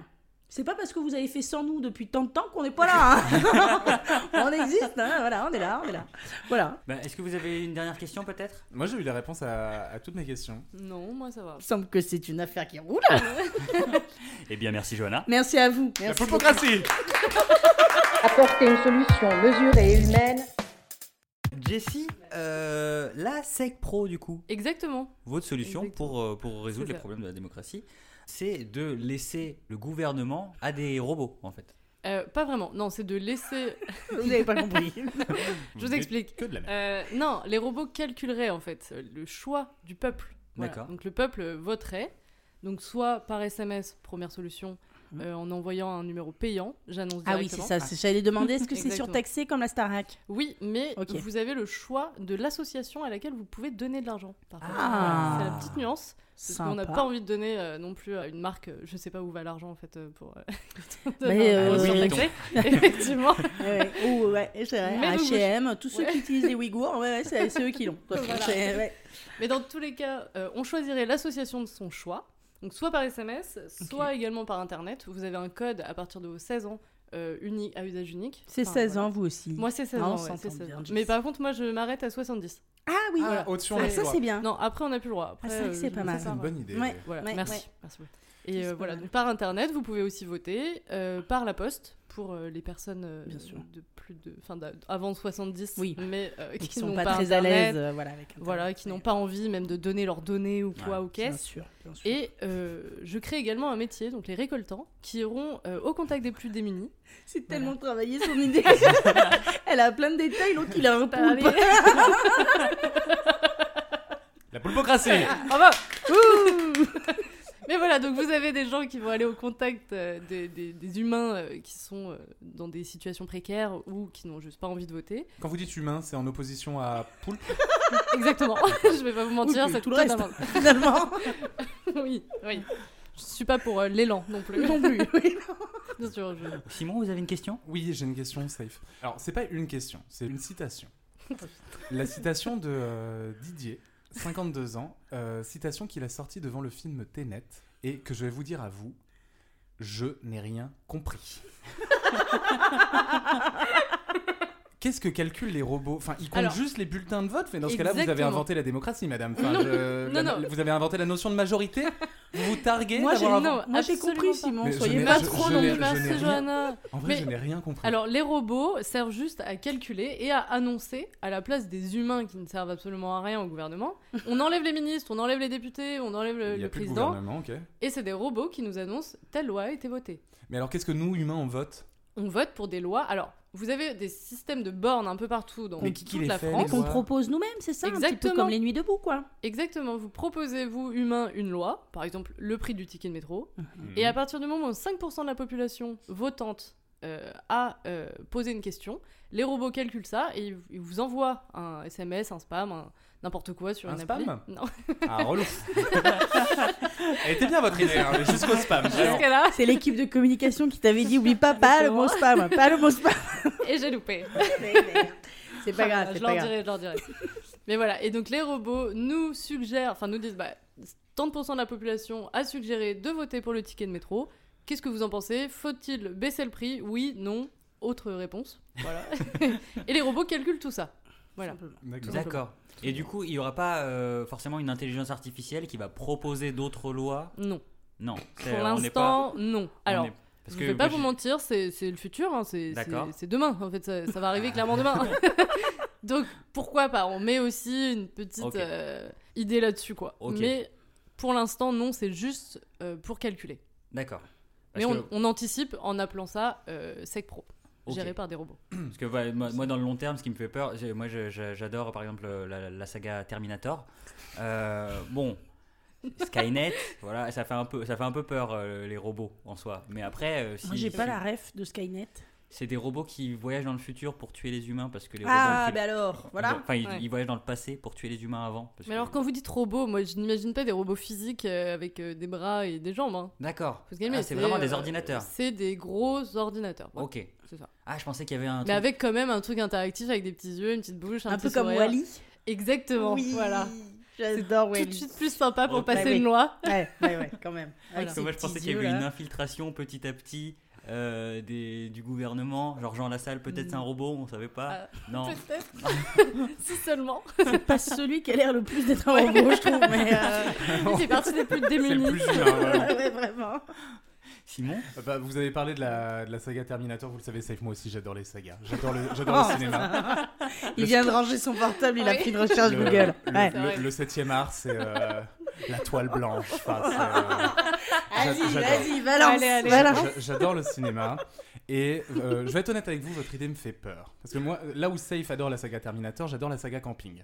C'est pas parce que vous avez fait sans nous depuis tant de temps qu'on n'est pas là. Hein. On existe, hein, voilà, on est là, on est là. Voilà. Bah, est-ce que vous avez une dernière question peut-être ? Moi, j'ai eu les réponses à, à toutes mes questions. Non, moi ça va. Il semble que c'est une affaire qui roule. Eh bien, merci Johanna. Merci à vous. La Merci. pulpocratie. Apporter une solution mesurée et humaine. Jessie, euh, la SEC Pro du coup, Exactement. votre solution Exactement. pour, euh, pour résoudre C'est les ça. problèmes de la démocratie, c'est de laisser le gouvernement à des robots en fait. Euh, pas vraiment. Non, c'est de laisser. Vous n'avez pas compris. Je vous explique. Que de la merde. Euh, non, les robots calculeraient en fait le choix du peuple. Voilà. D'accord. Donc le peuple voterait, donc soit par S M S, première solution, euh, en envoyant un numéro payant, j'annonce Ah oui, c'est directement. ça. c'est- J'allais demander, est-ce que c'est Exactement. surtaxé comme la Starac ? Oui, mais Ok. vous avez le choix de l'association à laquelle vous pouvez donner de l'argent. Par contre. Ah. C'est la petite nuance. Parce qu'on n'a Sympa. pas envie de donner euh, non plus à une marque, euh, je sais pas où va l'argent en fait euh, pour euh, Mais, de- euh, pour Louis surtaxer. Effectivement. Ouais, ouais. Ou, ouais, c'est vrai. Mais vous- H et M, tous ceux Ouais. qui utilisent les Ouïghours, ouais, ouais, c'est, c'est eux qui l'ont. Voilà. C'est- ouais. Mais dans tous les cas, euh, on choisirait l'association de son choix. Donc soit par S M S, soit également par internet. Vous avez un code à partir de vos seize ans euh, unique, à usage unique. C'est Enfin, seize voilà. ans, vous aussi. Moi c'est seize Ah, on ans, ouais, s'entend c'est seize bien, ans. Jess. Mais par contre moi je m'arrête à soixante-dix. Ah oui, Ah, voilà. au-dessus, on Ah, a ça plus le c'est droit. bien. Non, après on n'a plus le droit. Après, Ah, c'est vrai que euh, c'est je pas le mal. fais C'est ça, une voilà. bonne idée. Ouais. Voilà, Ouais, merci. ouais. merci beaucoup. Et euh, C'est voilà, pas donc par internet, vous pouvez aussi voter, euh, par la poste pour euh, les personnes euh, Bien sûr. de plus de, enfin, d'a- avant soixante-dix, Oui. mais euh, Qui, qui sont n'ont pas, pas très à Internet, l'aise, euh, voilà, avec Internet. voilà, qui n'ont Ouais. pas envie même de donner leurs données ou quoi Ouais, aux Bien caisses. sûr, bien sûr. Et euh, je crée également un métier, donc les récoltants, qui iront euh, au contact des plus démunis. C'est tellement travaillé son idée. Elle a plein de détails, l'autre il a un Allez. poulpe. La pulpocratie. Bravo. Ouh. Mais voilà, donc vous avez des gens qui vont aller au contact euh, des, des- des humains euh, qui sont euh, dans des situations précaires ou qui n'ont juste pas envie de voter. Quand vous dites humain, c'est en opposition à poulpe. Exactement, je vais pas vous mentir, Oui, c'est tout le reste, totalement- finalement. oui, oui. Je suis pas pour euh, l'élan non plus. Non plus. Oui. Bien sûr, je- Simon, vous avez une question ? Oui, j'ai une question, Safe. Alors, c'est pas une question, c'est une citation. La citation de euh, Didier, cinquante-deux ans, euh, citation qu'il a sortie devant le film Tenet, et que je vais vous dire à vous, je n'ai rien compris. Qu'est-ce que calculent les robots ? Enfin, ils comptent Alors, juste les bulletins de vote, mais dans ce cas-là, vous avez exactement. inventé la démocratie, madame. Enfin, Non, je- non, la- non. Vous avez inventé la notion de majorité ? Vous vous targuez Moi j'ai, d'avoir non, inventé- moi, j'ai absolument compris, pas. Simon. Mais je Soyez n'ai- pas je- trop je non n'ai- plus. je n'ai Merci rien- Johanna. En vrai, Mais- je n'ai rien compris. Alors, les robots servent juste à calculer et à annoncer, à la place des humains qui ne servent absolument à rien au gouvernement. On enlève les ministres, on enlève les députés, on enlève le, Il y a le plus de président. gouvernement, ok. Et c'est des robots qui nous annoncent telle loi a été votée. Mais alors, qu'est-ce que nous, humains, on vote ? On vote pour des lois. Alors, vous avez des systèmes de bornes un peu partout dans Mais qui- qui toute les la fait, les France. Qu'on lois propose nous-mêmes, c'est ça, un petit peu Exactement. comme les nuits debout, quoi. Exactement. Vous proposez, vous, humains, une loi, par exemple le prix du ticket de métro. Mhm. Et à partir du moment où cinq pour cent de la population votante euh, a euh, posé une question, les robots calculent ça et ils, ils vous envoient un S M S, un spam, un- n'importe quoi sur Un une spam appli. Non, Ah, relou. Elle était bien votre idée, hein, jusqu'au spam. vraiment. jusqu'à là. C'est l'équipe de communication qui t'avait dit, oublie pas, pas le mot spam, pas le mot spam. Et j'ai loupé. C'est pas grave, je c'est leur pas grave. dirai, je leur dirai. Mais voilà, et donc les robots nous suggèrent, enfin nous disent, bah, trente pour cent de la population a suggéré de voter pour le ticket de métro. Qu'est-ce que vous en pensez ? Faut-il baisser le prix ? Oui, non. Autre réponse. Voilà. Et les robots calculent tout ça. Voilà. D'accord. D'accord. Et du coup, il n'y aura pas euh, forcément une intelligence artificielle qui va proposer d'autres lois ? Non. Non. c'est- Pour on n'est pas- l'instant, non. on Alors, est- parce je que vais pas moi, vous j'ai- mentir, c'est c'est le futur, hein, c'est D'accord. c'est- c'est demain. En fait, ça, ça va arriver clairement demain. Donc, pourquoi pas ? On met aussi une petite Ok. euh, idée là-dessus, quoi. Ok. Mais pour l'instant, non, c'est juste euh, pour calculer. D'accord. Mais Parce on, que- on anticipe en appelant ça euh, SEC Pro, Ok. géré par des robots. Parce que voilà, moi, moi, dans le long terme, ce qui me fait peur, j'ai- moi je- je- j'adore par exemple la, la saga Terminator. Euh, bon, Skynet, voilà, ça fait un peu, ça fait un peu peur euh, les robots en soi. Mais après, euh, si, Moi j'ai pas si- la ref de Skynet. c'est des robots qui voyagent dans le futur pour tuer les humains parce que les Ah, robots. bah alors, voilà. Enfin, ils, Ouais. ils voyagent dans le passé pour tuer les humains avant. parce Mais que- alors, quand vous dites robots, moi, je n'imagine pas des robots physiques euh, avec euh, des bras et des jambes. Hein. D'accord. Faut se calmer, Ah, c'est vraiment des euh, ordinateurs. C'est des gros ordinateurs. ouais, Ok. C'est ça. Ah, je pensais qu'il y avait un. Mais truc- avec quand même un truc interactif avec des petits yeux, une petite bouche, un, Un petit peu comme sourire. Wall-E. Exactement, Oui. voilà. J'adore tout de Wally. suite plus sympa pour Ouais, passer oui. une loi. Ouais, ouais, ouais, quand même. Avec Parce que ses moi, je pensais petits qu'il y avait yeux, une là. infiltration petit à petit euh, des, du gouvernement. Genre Jean Lassalle, peut-être c'est un robot, on savait pas. non. Peut-être. Si seulement. C'est pas celui qui a l'air le plus d'être un robot, je trouve, mais... Euh... Il fait partie des plus C'est le démunis. plus humain, voilà. ouais, vraiment. Simon Bah, vous avez parlé de la, de la saga Terminator, vous le savez, safe, moi aussi j'adore les sagas. J'adore le, j'adore Oh. le cinéma. Il vient de ranger son portable, il a Oui. fait une recherche Le, Google. le, Ouais. le- le septième art, c'est euh, la toile blanche. Enfin, c'est, euh, Vas-y, j'adore. vas-y, balance, Allez, allez. balance. J'a- J'adore le cinéma. Et euh, je vais être honnête avec vous, votre idée me fait peur. Parce que moi, là où Safe adore la saga Terminator, j'adore la saga Camping.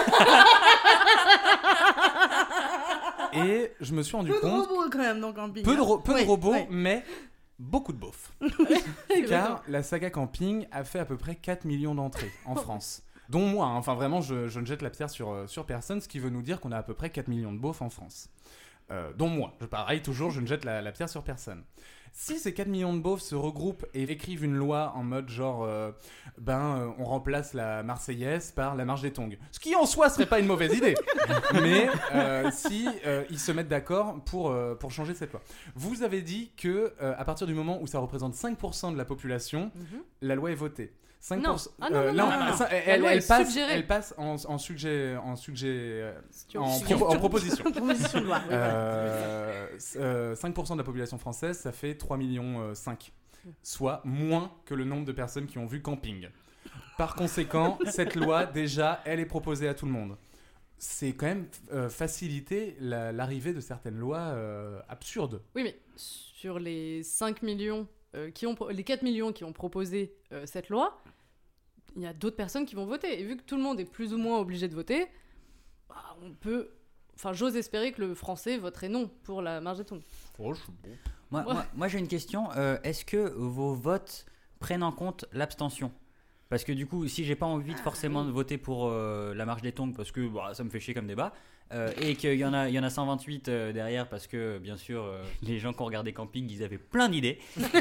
Et je me suis rendu Peu de compte... robots quand même dans Camping. Peu de, ro- peu de Oui, robots, oui. mais beaucoup de beaufs. Car la saga Camping a fait à peu près quatre millions d'entrées en France. Dont moi, hein. Enfin vraiment, je, je ne jette la pierre sur, euh, sur personne, ce qui veut nous dire qu'on a à peu près quatre millions de beaufs en France. Euh, dont moi. Je, pareil, toujours, je ne jette la, la pierre sur personne. Si ces quatre millions de beaufs se regroupent et écrivent une loi en mode genre, euh, ben, euh, on remplace la Marseillaise par la marche des tongs, ce qui en soi serait pas une mauvaise idée, mais euh, si euh, ils se mettent d'accord pour, euh, pour changer cette loi. Vous avez dit que euh, à partir du moment où ça représente cinq pour cent de la population, Mhm. la loi est votée. cinq pour cent, Non. Ah non, non, non, là, non, non. ça, elle, La loi elle est passe, suggérée. elle passe en, en, suggé, en, suggé, euh, en, Suggérée. propo- en proposition. Proposition de loi, oui, voilà. Euh, euh, cinq pour cent de la population française, ça fait trois millions cinq, soit moins que le nombre de personnes qui ont vu Camping. Par conséquent, cette loi, déjà, elle est proposée à tout le monde. C'est quand même euh, faciliter la- l'arrivée de certaines lois euh, absurdes. Oui, mais sur les cinq millions, euh, qui ont, pro- les quatre millions qui ont proposé euh, cette loi, il y a d'autres personnes qui vont voter. Et vu que tout le monde est plus ou moins obligé de voter, bah, on peut... Enfin, j'ose espérer que le français voterait non pour la marge des tongs. Oh, je- bon. Moi, Ouais. moi, moi, j'ai une question. Euh, est-ce que vos votes prennent en compte l'abstention ? Parce que du coup, si j'ai pas envie de forcément de voter pour euh, la marche des tongs parce que bah, ça me fait chier comme débat, euh, et qu'il y en a, il y en a cent vingt-huit euh, derrière parce que bien sûr euh, les gens qui ont regardé Camping, ils avaient plein d'idées.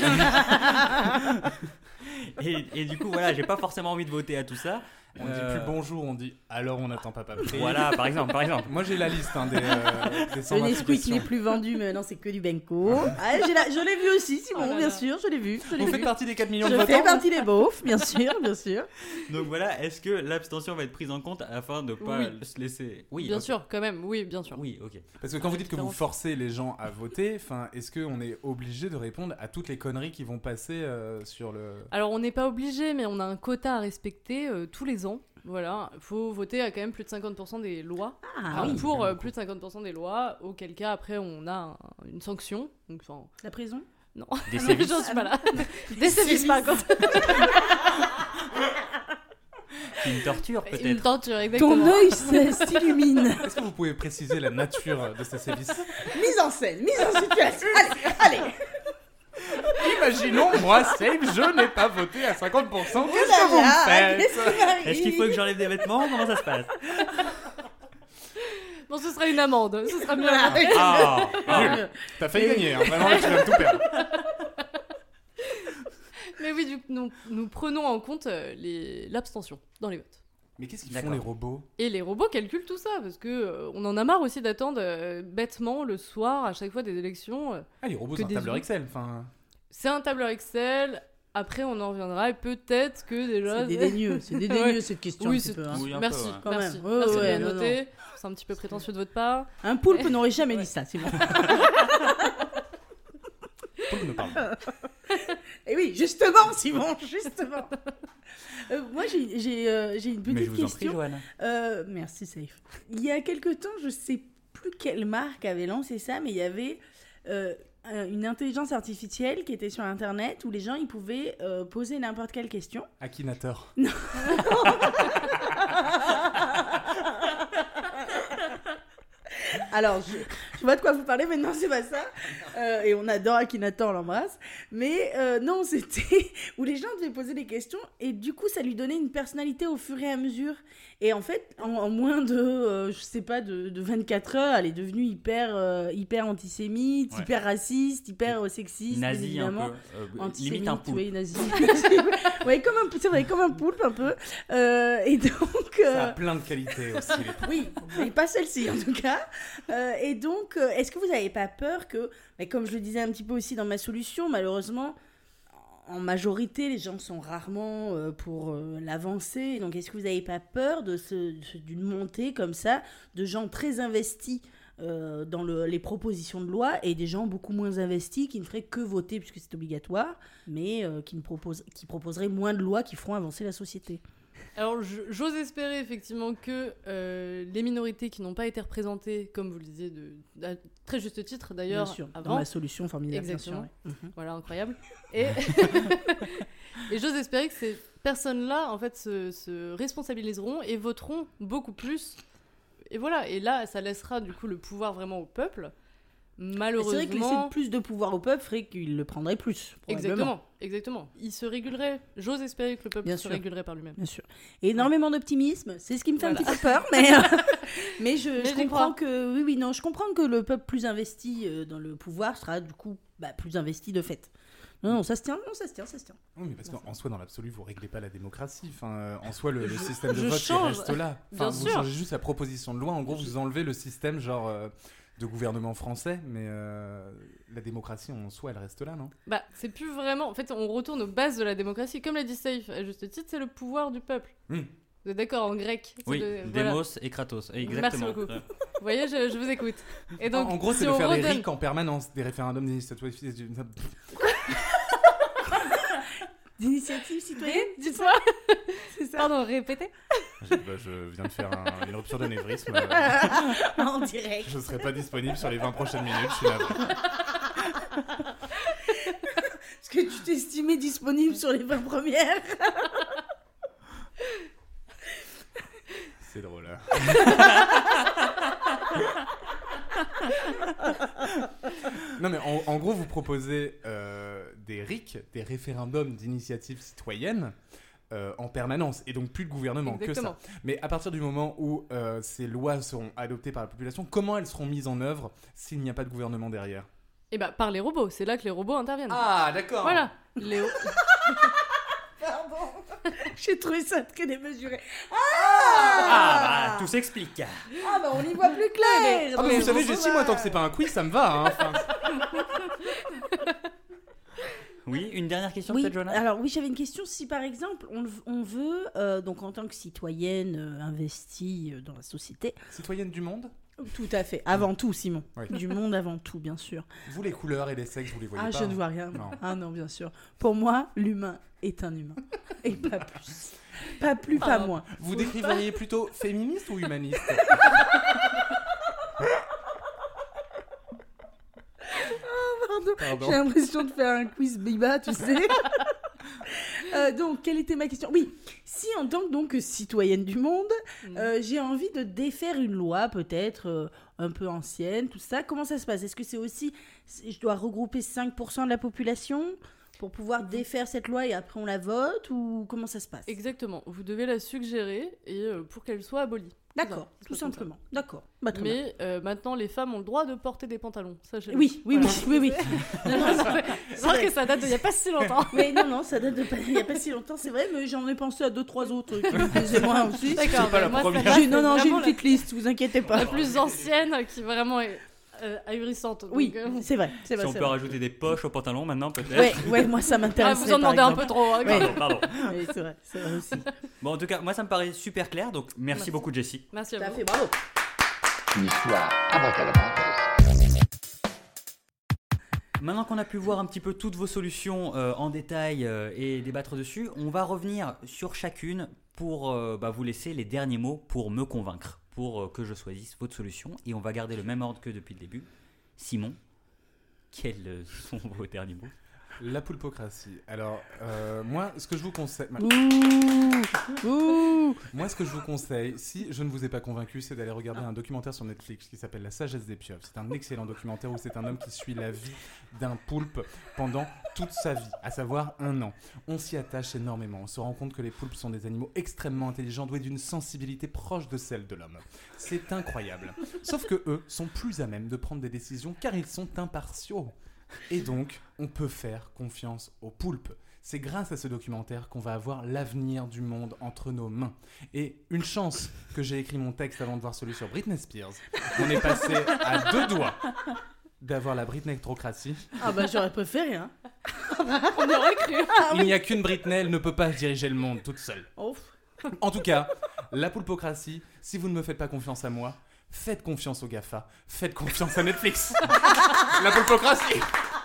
et, et du coup, voilà, j'ai pas forcément envie de voter à tout ça. On Euh, dit plus bonjour, on dit alors on attend Papa Free. Voilà, par exemple, par exemple. Moi j'ai la liste hein, des, euh, des cent Le vingt-huit Nesquik, il questions. est plus vendu, mais non, c'est que du Benko. Ah, j'ai la- je l'ai vu aussi, Simon, Oh là bien là. sûr, je l'ai vu. Je l'ai Vous vu. faites partie des quatre millions de Je votants fais partie des beaufs, bien sûr, bien sûr. Donc voilà, est-ce que l'abstention va être prise en compte afin de pas Oui. se laisser. Oui, bien ok. sûr, quand même, oui, bien sûr. Oui, ok. Parce que quand vous dites que vous différence. forcez les gens à voter, enfin, est-ce qu'on est obligé de répondre à toutes les conneries qui vont passer euh, sur le... Alors, on n'est pas obligé, mais on a un quota à respecter euh, tous les ans. Voilà, il faut voter à quand même plus de cinquante pour cent des lois. Ah Alors, oui, pour euh, plus de cinquante pour cent des lois, auquel cas, après, on a un- une sanction. Donc, enfin, la prison. non, Des non, sévices. j'en suis pas là. Des sévices, par contre. Une torture Une peut-être. torture, exactement. Ton œil s- s'illumine. Est-ce que vous pouvez préciser la nature de ces sévices? Mise en scène, mise en situation. Allez, allez. Imaginons, moi, Safe, je n'ai pas voté à cinquante pour cent. Qu'est-ce là que vous là, me qu'est-ce faites qui m'arrive Est-ce qu'il faut que j'enlève des vêtements? Comment ça se passe? Bon, ce sera une amende. Ce sera mieux. Voilà. Ah, Nul. T'as failli gagner, hein. Vraiment, là, tu viens de tout perdre. Mais oui, du coup, nous, nous prenons en compte euh, les- l'abstention dans les votes. Mais qu'est-ce qu'ils D'accord. font les robots? Et les robots calculent tout ça, parce que euh, on en a marre aussi d'attendre euh, bêtement le soir, à chaque fois des élections. euh. Ah, les robots, Que c'est un des tableur humains. Excel. Enfin, C'est un tableur Excel. Après, on en reviendra et peut-être que déjà. C'est dédaigneux, c'est dédaigneux Ouais. cette question Oui, un petit c'est peu. hein. Oui, un peu, Merci, ouais. Quand merci. même. Ouais, Merci ouais, de non, le noter. C'est un petit peu prétentieux de votre part. Un poulpe n'aurait jamais dit ça, c'est bon. Paul ne parle pas. Et oui, justement, Simon, justement. Euh, moi, j'ai j'ai, euh, j'ai une petite Mais je vous en prie, question. Joanne. Euh, merci, Safe. Il y a quelque temps, je sais plus quelle marque avait lancé ça, mais il y avait euh, un- une intelligence artificielle qui était sur Internet où les gens ils pouvaient euh, poser n'importe quelle question. Akinator. Alors, je, je vois de quoi vous parlez, mais non, c'est pas ça. Euh, et on adore Akhenaton, on l'embrasse. Mais euh, non, c'était où les gens devaient poser des questions et du coup, ça lui donnait une personnalité au fur et à mesure. Et en fait, en, en moins de, euh, je sais pas, de, de vingt-quatre heures, elle est devenue hyper, euh, hyper antisémite, Ouais. hyper raciste, hyper euh, sexiste, bien Nazi un évidemment. peu, euh, Antisémite, limite un poulpe. oui, nazi. Oui, comme un, c'est vrai, comme un poulpe un peu. Euh, et donc, euh, Ça a plein de qualités aussi. les- oui, mais pas celle-ci en tout cas. Euh, et donc, euh, est-ce que vous n'avez pas peur que, mais comme je le disais un petit peu aussi dans ma solution, malheureusement, en majorité, les gens sont rarement euh, pour euh, l'avancée. Donc, est-ce que vous n'avez pas peur de ce, de- d'une montée comme ça de gens très investis euh, dans le- les propositions de loi et des gens beaucoup moins investis qui ne feraient que voter puisque c'est obligatoire, mais euh, qui, ne proposent, qui proposeraient moins de lois qui feront avancer la société? Alors, je- j'ose espérer effectivement que euh, les minorités qui n'ont pas été représentées, comme vous le disiez, de, à très juste titre d'ailleurs, Bien sûr, dans avant, ma solution formidable. bien sûr, Exactement. ouais. Mhm. voilà, incroyable. Et, et j'ose espérer que ces personnes-là, en fait, se, se responsabiliseront et voteront beaucoup plus. Et voilà, et là, ça laissera du coup le pouvoir vraiment au peuple. Mais Malheureusement. c'est vrai que laisser plus de pouvoir au peuple ferait qu'il le prendrait plus. probablement. Exactement, exactement. Il se régulerait. J'ose espérer que le peuple Bien se sûr. régulerait par lui-même. Bien sûr. Et énormément d'optimisme, c'est ce qui me fait Voilà. un petit peu peur, mais, euh, mais je, Mais je j'y comprends crois. que oui, oui, non, je comprends que le peuple plus investi euh, dans le pouvoir sera du coup bah, plus investi de fait. Non, non, ça se tient, non, ça se tient, ça se tient. Oui, mais parce qu'en soi, dans l'absolu, vous réglez pas la démocratie. Enfin, euh, en soi, le, le Je- système de je vote il change. reste là. Enfin, Bien vous sûr. changez juste la proposition de loi. En gros, vous enlevez le système genre euh, de gouvernement français, mais euh, la démocratie en soi, elle reste là, non? Bah, c'est plus vraiment. En fait, on retourne aux bases de la démocratie. Comme l'a dit Saïf, à juste titre, c'est le pouvoir du peuple. Hmm. Vous êtes d'accord en grec? C'est Oui, le- voilà. Démos et Kratos. Exactement. Beaucoup. Ouais. Vous voyez, je, je vous écoute. Et donc, en, en gros, c'est si de on faire des redonne- R I C en permanence, des référendums d'initiative. D'initiative citoyenne, Dites-moi. c'est ça? Pardon, répétez. je, bah, je viens de faire un- une rupture d'anévrisme. euh, En direct. je ne serai pas disponible sur les vingt prochaines minutes. Je suis navré. Parce que tu t'estimais disponible sur les vingt premières. C'est drôle. hein. Non, mais en, en gros, vous proposez euh, des R I C, des référendums d'initiative citoyenne, euh, en permanence, et donc plus de gouvernement, Exactement. que ça. Mais à partir du moment où euh, ces lois seront adoptées par la population, comment elles seront mises en œuvre s'il n'y a pas de gouvernement derrière? Et bah, par les robots. C'est là que les robots interviennent. Ah, d'accord. Voilà. Les... Pardon. J'ai trouvé ça très démesuré. Ah, bah, tout s'explique. Ah bah on y voit plus clair. Ah, bah, Mais vous savez, bon, Jessie, moi, tant que c'est pas un quiz, ça me va. Hein. Enfin, Oui, une dernière question Oui, peut-être, Jonas? alors oui, j'avais une question. Si par exemple, on, on veut, euh, donc en tant que citoyenne euh, investie euh, dans la société, citoyenne du monde, tout à fait, avant tout, Simon, Oui. du monde avant tout, bien sûr. vous, les couleurs et les sexes, vous les voyez Ah, pas. je hein. ne vois rien. Non. Ah non, bien sûr. Pour moi, l'humain est un humain. Et pas plus. Pas plus, pas Pardon. moins. Vous décriveriez plutôt féministe ou humaniste? Pardon. Pardon. J'ai l'impression de faire un quiz Biba, tu sais. Euh, donc, quelle était ma question? Oui, si en tant que donc, citoyenne du monde, Mm. euh, j'ai envie de défaire une loi, peut-être euh, un peu ancienne, tout ça, comment ça se passe? Est-ce que c'est aussi, c'est- je dois regrouper cinq pour cent de la population pour pouvoir défaire cette loi et après on la vote, ou comment ça se passe? Exactement. Vous devez la suggérer et euh, pour qu'elle soit abolie. D'accord, C'est tout pas comme ça. simplement. D'accord. Bah, très bien. Mais euh, maintenant, les femmes ont le droit de porter des pantalons. Sachez-le. Oui, oui, Voilà. oui, oui, oui. Non, non, c'est vrai. C'est vrai que ça date d'il n'y a pas si longtemps. Mais non, non, ça date de pas, il n'y a pas si longtemps, c'est vrai, mais j'en ai pensé à deux, trois autres qui me plaisaient moins aussi. D'accord, pas mais la moi, première. celle-là, J'ai- c'est non, non, j'ai vraiment une petite liste, vous inquiétez la, pas. la plus ancienne qui vraiment est euh, ahurissante. Donc, Oui, euh, c'est vrai, c'est Si vrai. on c'est peut vrai. rajouter des poches au pantalon maintenant, peut-être. Ouais, ouais, moi ça ah, m'intéresse. vous en demandez un peu trop. hein, Ouais. Pardon, pardon. Oui, c'est vrai, c'est vrai aussi. Bon, en tout cas, moi, ça me paraît super clair, donc merci, Merci. beaucoup, Jessie. Merci Tout à à vous. fait, bravo. Une histoire abracadabranteuse. Maintenant qu'on a pu voir un petit peu toutes vos solutions euh, en détail euh, et débattre dessus, on va revenir sur chacune pour euh, bah, vous laisser les derniers mots pour me convaincre, pour euh, que je choisisse votre solution. Et on va garder le même ordre que depuis le début. Simon, quels euh, sont vos derniers mots? La poulpocratie. Alors, euh, moi, ce que je vous conseille... Ouh, ouh. Moi, ce que je vous conseille, si je ne vous ai pas convaincu, c'est d'aller regarder un documentaire sur Netflix qui s'appelle La sagesse des pieuvres. C'est un excellent documentaire où c'est un homme qui suit la vie d'un poulpe pendant toute sa vie, à savoir un an. On s'y attache énormément. On se rend compte que les poulpes sont des animaux extrêmement intelligents, doués d'une sensibilité proche de celle de l'homme. C'est incroyable. Sauf que eux sont plus à même de prendre des décisions car ils sont impartiaux. Et donc, on peut faire confiance aux poulpes. C'est grâce à ce documentaire qu'on va avoir l'avenir du monde entre nos mains. Et une chance que j'ai écrit mon texte avant de voir celui sur Britney Spears. On est passé à deux doigts d'avoir la Britney-trocratie. Ah bah j'aurais préféré, hein. On aurait cru. Il n'y a qu'une Britney, elle ne peut pas diriger le monde toute seule. Oh. En tout cas, la poulpocratie, si vous ne me faites pas confiance à moi, faites confiance aux GAFA, faites confiance à Netflix. La poulpocratie.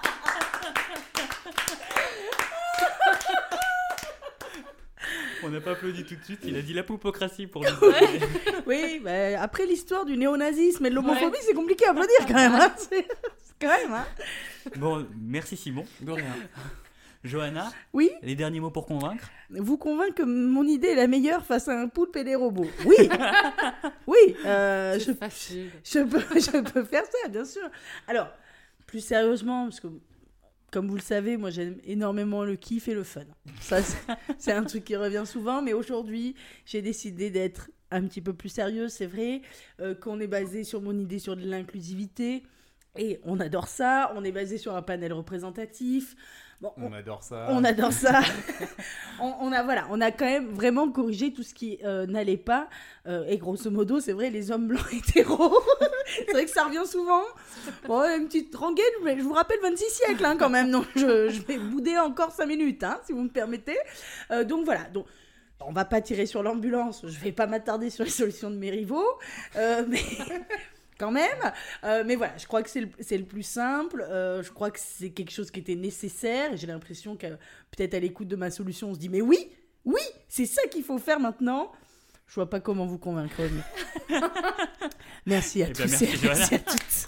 On n'a pas applaudi tout de suite, il a dit la poulpocratie pour nous. Oui, bah, après l'histoire du néonazisme et de l'homophobie, Ouais. c'est compliqué à applaudir quand même. Hein. C'est, c'est quand même, hein. Bon, merci Simon. De rien. Johanna, Oui, les derniers mots pour convaincre. vous convaincre que mon idée est la meilleure face à un poulpe et des robots. Oui, oui, euh, je, C'est facile. je, peux, je peux faire ça, bien sûr. Alors, plus sérieusement, parce que comme vous le savez, moi j'aime énormément le kiff et le fun. Ça, c'est, c'est un truc qui revient souvent, mais aujourd'hui, j'ai décidé d'être un petit peu plus sérieuse, c'est vrai, euh, qu'on est basé sur mon idée sur de l'inclusivité, et on adore ça, on est basé sur un panel représentatif. Bon, On adore ça. on adore ça. on, on a voilà, on a quand même vraiment corrigé tout ce qui euh, n'allait pas. Euh, et grosso modo, c'est vrai, les hommes blancs hétéros. C'est vrai que ça revient souvent. Bon, une petite rengaine, mais je vous rappelle vingt-six siècles hein, quand même. Donc je, je vais bouder encore cinq minutes, hein, si vous me permettez. Euh, donc voilà. Donc on va pas tirer sur l'ambulance. Je vais pas m'attarder sur les solutions de mes rivaux, euh, mais. Quand même, euh, mais voilà, je crois que c'est le, c'est le plus simple, euh, je crois que c'est quelque chose qui était nécessaire, et j'ai l'impression que peut-être à l'écoute de ma solution, on se dit, mais oui, oui, c'est ça qu'il faut faire maintenant. Je vois pas comment vous convaincre, mais... Merci à Eh tous ben, merci, et Johanna. merci à toutes.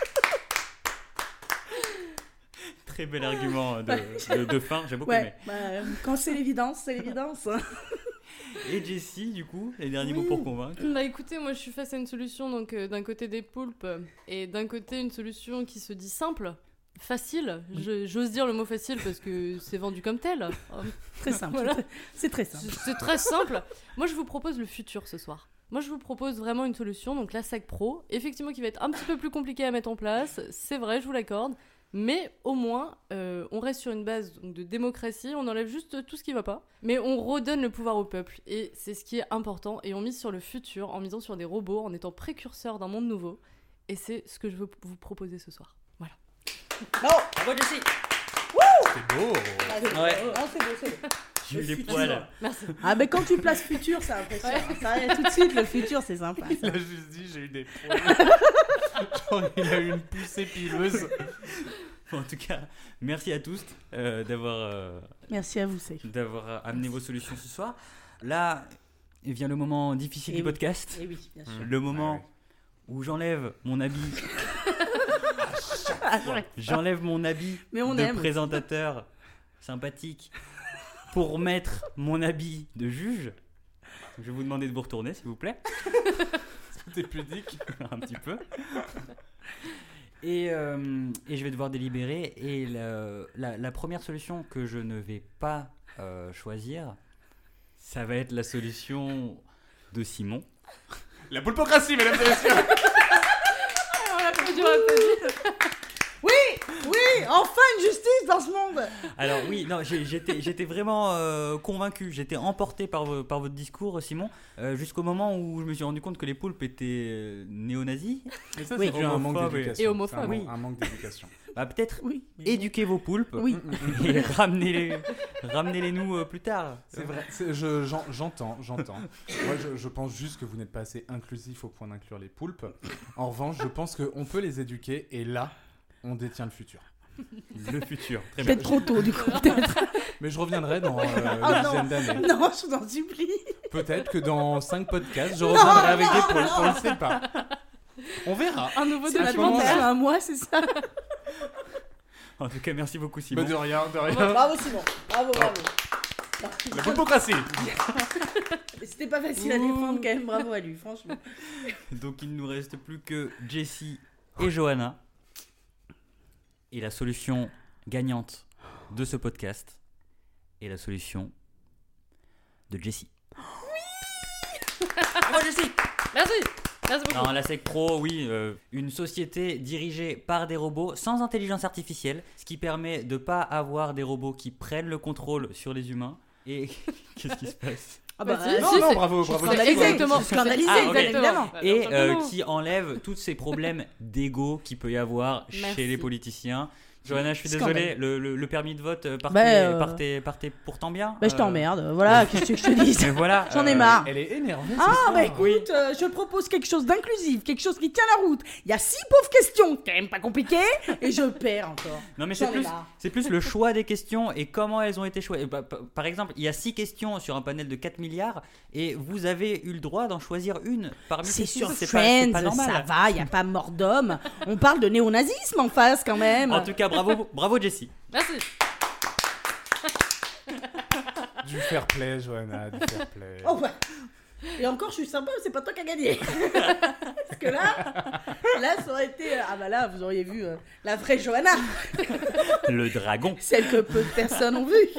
Très bel argument de, de, de fin, j'ai beaucoup aimé. Ouais, bah, quand c'est l'évidence, c'est l'évidence. Et Jessie, du coup, les derniers Oui. mots pour convaincre. Bah écoutez, moi je suis face à une solution, donc euh, d'un côté des poulpes, et d'un côté une solution qui se dit simple, facile. Je- j'ose dire le mot facile parce que c'est vendu comme tel. Euh, Très simple, Voilà. c'est très simple. C'est c'est très simple. Moi, je vous propose le futur ce soir. Moi, je vous propose vraiment une solution, donc la S A C Pro, effectivement, qui va être un petit peu plus compliquée à mettre en place. C'est vrai, je vous l'accorde. Mais au moins, euh, on reste sur une base donc, de démocratie, on enlève juste tout ce qui va pas, mais on redonne le pouvoir au peuple. Et c'est ce qui est important. Et on mise sur le futur, en misant sur des robots, en étant précurseurs d'un monde nouveau. Et c'est ce que je veux vous proposer ce soir. Voilà. Bravo Jessie. C'est beau. Ouais. Ah, c'est beau, c'est beau. J'ai eu Le les futur. poils. Merci. Ah ben quand tu places futur, ça impressionne. Ouais. Ça arrive tout de suite, le futur, c'est sympa. Il ça. a juste dit j'ai eu des poils. Genre il a eu une poussée pileuse. En tout cas, merci à tous euh, d'avoir, euh, Merci à vous, Safe. d'avoir amené vos solutions ce soir. Là, vient le moment difficile Et du oui. podcast. Et oui, bien sûr. Le moment où j'enlève mon habit. J'enlève mon habit Mais on de aime. présentateur sympathique pour mettre mon habit de juge. Je vais vous demander de vous retourner, s'il vous plaît. Tout est pudique. Un petit peu. Et, euh, et je vais devoir délibérer. Et le- la, la première solution que je ne vais pas euh, choisir, ça va être la solution de Simon. La poulpocratie, mesdames et messieurs. On applaudit, on applaudit. Oui, enfin une justice dans ce monde. Alors oui, non, j'ai- j'étais, j'étais vraiment euh, convaincu, j'étais emporté par, vo- par votre discours, Simon, euh, jusqu'au moment où je me suis rendu compte que les poulpes étaient euh, néo-nazis. Mais ça, Oui. c'est dû à un manque Homophobe et- d'éducation. et homophobe. C'est un, Oui. un manque d'éducation. Bah peut-être Oui. mais- éduquez vos poulpes Oui. et ramenez-les, ramenez-les nous euh, plus tard. C'est vrai, c'est- je- j'en- j'entends, j'entends. Moi, je, je pense juste que vous n'êtes pas assez inclusif au point d'inclure les poulpes. En revanche, je pense qu'on peut les éduquer et là, on détient le futur. Le futur. Très bien. Peut-être trop tôt du coup, peut-être. Mais je reviendrai dans euh, Oh une non. dizaine d'années. Non, je vous en supplie. Peut-être que dans cinq podcasts, je reviendrai avec des poulpes, on ne sait pas. On verra. Un nouveau C'est à ce maintenant moment-là- c'est un mois, c'est ça. En tout cas, merci beaucoup, Simon. Bah, de rien, de rien. Bravo Simon, bravo, bravo. La pulpocratie. C'était pas facile à défendre quand même, bravo à lui, franchement. Donc, il ne nous reste plus que Jessie et Johanna. Et la solution gagnante de ce podcast est la solution de Jessie. Oui. Bravo, Jessie. Merci. Merci beaucoup. Non, la Sec Pro, oui, euh, une société dirigée par des robots sans intelligence artificielle, ce qui permet de pas avoir des robots qui prennent le contrôle sur les humains. Et qu'est-ce qui se passe? Ah bah, Bah, si, euh, Non, si, non, c'est- bravo, je suis bravo. scandalisée, Exactement. je suis scandalisée, Ah, ok. évidemment. Bah, Et non, euh, simplement. qui enlève tous ces problèmes d'ego qu'il peut y avoir Merci. chez les politiciens. Johanna, je suis Scandale. désolé, le, le, le permis de vote euh, partait, Bah, euh, partait, partait pourtant bien. Bah je euh, t'emmerde, voilà, qu'est-ce que je te dis. Mais voilà. J'en ai euh, marre. Elle est énervée. ce Ah soir. bah écoute, Oui. euh, je propose quelque chose d'inclusif, quelque chose qui tient la route. Il y a six pauvres questions, quand même pas compliqué, et je perds encore. Non mais c'est J'en ai plus, marre. c'est plus le choix des questions et comment elles ont été choisies. Bah, pa- Par exemple, il y a six questions sur un panel de quatre milliards et vous avez eu le droit d'en choisir une parmi C'est ces six. sur C'est pas, c'est Friends, pas normal. ça va, il y a pas mort d'homme. On parle de néonazisme en face quand même. En tout cas, bravo, bravo Jessie. Merci. Du fair play, Johanna, du fair play. Oh ouais. Et encore, je suis sympa, c'est pas toi qui as gagné. Parce que là, là, ça aurait été. Ah bah là, vous auriez vu euh, la vraie Johanna, Le dragon. celle que peu de personnes ont vue.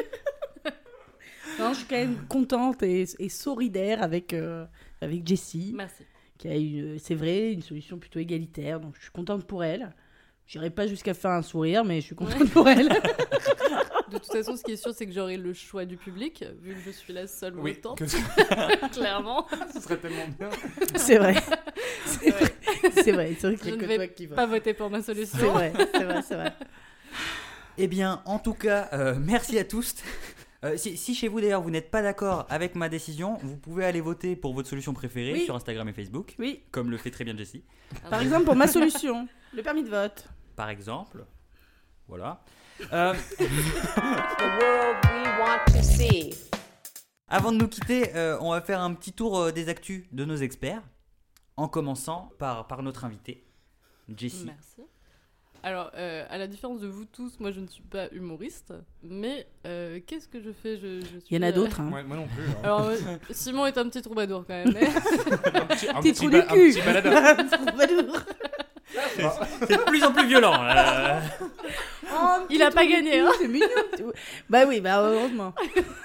Non, je suis quand même contente et, et solidaire avec, euh, avec Jessie, Merci. qui a eu, c'est vrai, une solution plutôt égalitaire. Donc je suis contente pour elle. J'irai pas jusqu'à faire un sourire, mais je suis contente pour elle. De toute façon, ce qui est sûr, c'est que j'aurai le choix du public, vu que je suis la seule Oui, votante, que ce clairement. ce serait tellement bien. C'est vrai. C'est vrai. C'est vrai. C'est vrai qu'il Je y a ne que vais toi qui votes. pas voter pour ma solution. C'est vrai. C'est vrai. C'est vrai. Eh bien, en tout cas, euh, merci à tous. Euh, si, si chez vous d'ailleurs vous n'êtes pas d'accord avec ma décision, vous pouvez aller voter pour votre solution préférée Oui. sur Instagram et Facebook, Oui. comme le fait très bien Jessie. Par exemple, pour ma solution, le permis de vote. Par exemple, voilà. Euh, The world we want to see. avant de nous quitter, euh, on va faire un petit tour euh, des actus de nos experts, en commençant par, par notre invité, Jessie. Merci. Alors, euh, à la différence de vous tous, moi je ne suis pas humoriste, mais euh, qu'est-ce que je fais je, je suis, Il y en a euh, d'autres. Hein. Ouais, moi non plus. hein. Alors, euh, Simon est un petit troubadour quand même. mais- un petit, un T'es petit trou ba- du un cul. petit baladeur. Troubadour. C'est de plus en plus violent. euh. Oh, Il a petit pas trou du gagné, cul, hein. C'est mignon. Bah oui, bah heureusement.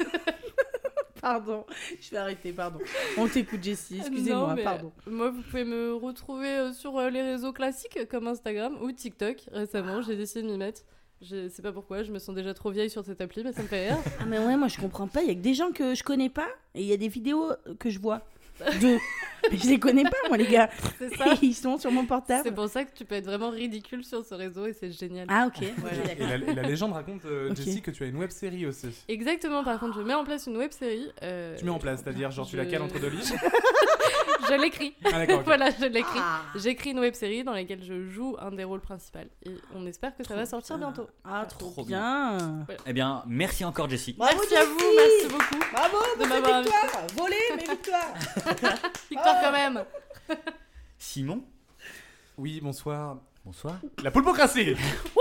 Pardon, je vais arrêter, pardon. On t'écoute, Jessie, excusez-moi, Non, mais, pardon. euh, Moi, vous pouvez me retrouver euh, sur euh, les réseaux classiques comme Instagram ou TikTok. Récemment, j'ai décidé de m'y mettre. Je sais pas pourquoi, je me sens déjà trop vieille sur cette appli, mais ça me fait rire. Ah mais ouais, moi je comprends pas, il y a que des gens que je connais pas et il y a des vidéos que je vois. De... Mais je les connais pas, moi, les gars. C'est ça. Ils sont sur mon portable. C'est pour ça que tu peux être vraiment ridicule sur ce réseau et c'est génial. Ah ok, Ouais. ok, Et d'accord. la, et la légende raconte, euh, Ok. Jessie, que tu as une web série aussi. Exactement, par contre, je mets en place une web série. euh, Tu mets en place, c'est-à-dire, genre, tu la je- cales entre deux lits. Je l'écris. Ah, d'accord, ok. Voilà, je l'écris. Ah, J'écris une web série dans laquelle je joue un des rôles principaux. Et on espère que ça va sortir bientôt. ah trop, Trop bien. Eh bien, merci encore Jessie. Bravo, Merci à vous, Jessie. merci beaucoup. Bravo de pour cette m'avoir victoire. Voler mes victoires. Victoire quand même. Simon, Oui, bonsoir. bonsoir. La pulpocratie.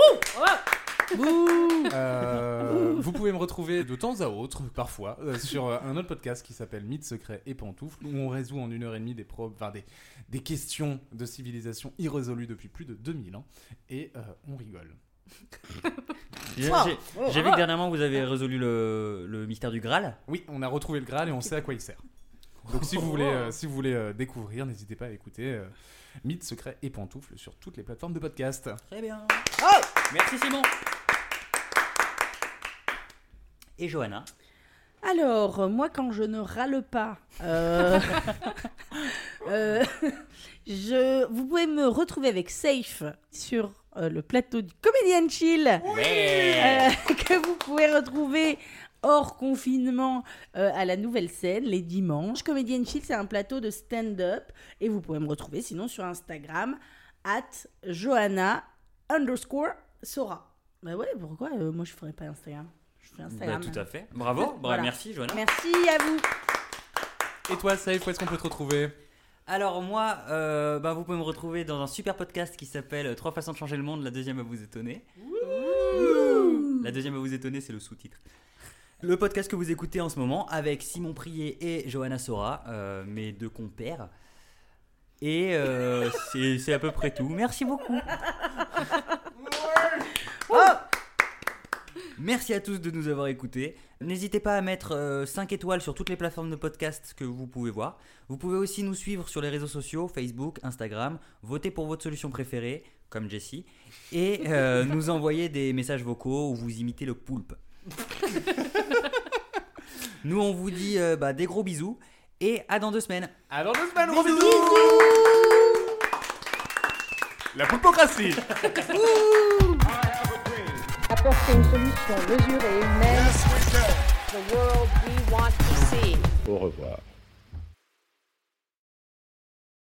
Bouh. Euh, vous pouvez me retrouver de temps à autre, parfois, euh, sur euh, un autre podcast qui s'appelle Mythes, secrets et pantoufles, où on résout en une heure et demie des, pro- enfin, des, des questions de civilisation irrésolues depuis plus de deux mille ans, et euh, on rigole. J'ai Wow. j'ai- j'ai vu que dernièrement vous avez résolu le, le mystère du Graal. Oui, on a retrouvé le Graal et on sait à quoi il sert. Donc si vous voulez, euh, si vous voulez euh, découvrir, n'hésitez pas à écouter euh, Mythes, secrets et pantoufles sur toutes les plateformes de podcast. Très bien. Oh. Merci Simon. Et Johanna. Alors, euh, moi, quand je ne râle pas, euh, euh, je, vous pouvez me retrouver avec Safe sur euh, le plateau du Comedian Chill, Ouais. euh, que vous pouvez retrouver hors confinement euh, à la Nouvelle Scène les dimanches. Comedian Chill, c'est un plateau de stand-up et vous pouvez me retrouver sinon sur Instagram at Johanna underscore Sora. Bah ouais, pourquoi euh, moi je ferais pas Instagram? Je ferais Bah, Instagram. tout à fait. Bravo. Bah, Voilà. Merci Johanna. Merci à vous. Et toi, Safe, où est-ce qu'on peut te retrouver? Alors moi, euh, bah, vous pouvez me retrouver dans un super podcast qui s'appelle Trois façons de changer le monde, la deuxième à vous étonner. La deuxième va vous étonner, c'est le sous-titre. Le podcast que vous écoutez en ce moment avec Simon Prier et Johanna Sora, euh, mes deux compères. Et euh, c'est, c'est à peu près tout. Merci beaucoup. Oh Merci à tous de nous avoir écoutés. N'hésitez pas à mettre euh, cinq étoiles sur toutes les plateformes de podcast que vous pouvez voir. Vous pouvez aussi nous suivre sur les réseaux sociaux, Facebook, Instagram, voter pour votre solution préférée, comme Jessie, et euh, nous envoyer des messages vocaux où vous imitez le poulpe. Nous, on vous dit euh, bah, des gros bisous et à dans deux semaines. À dans deux semaines, gros bisous. La poulpocratie. Apporter une solution mesurée, humaine. The world we want to see. Au revoir.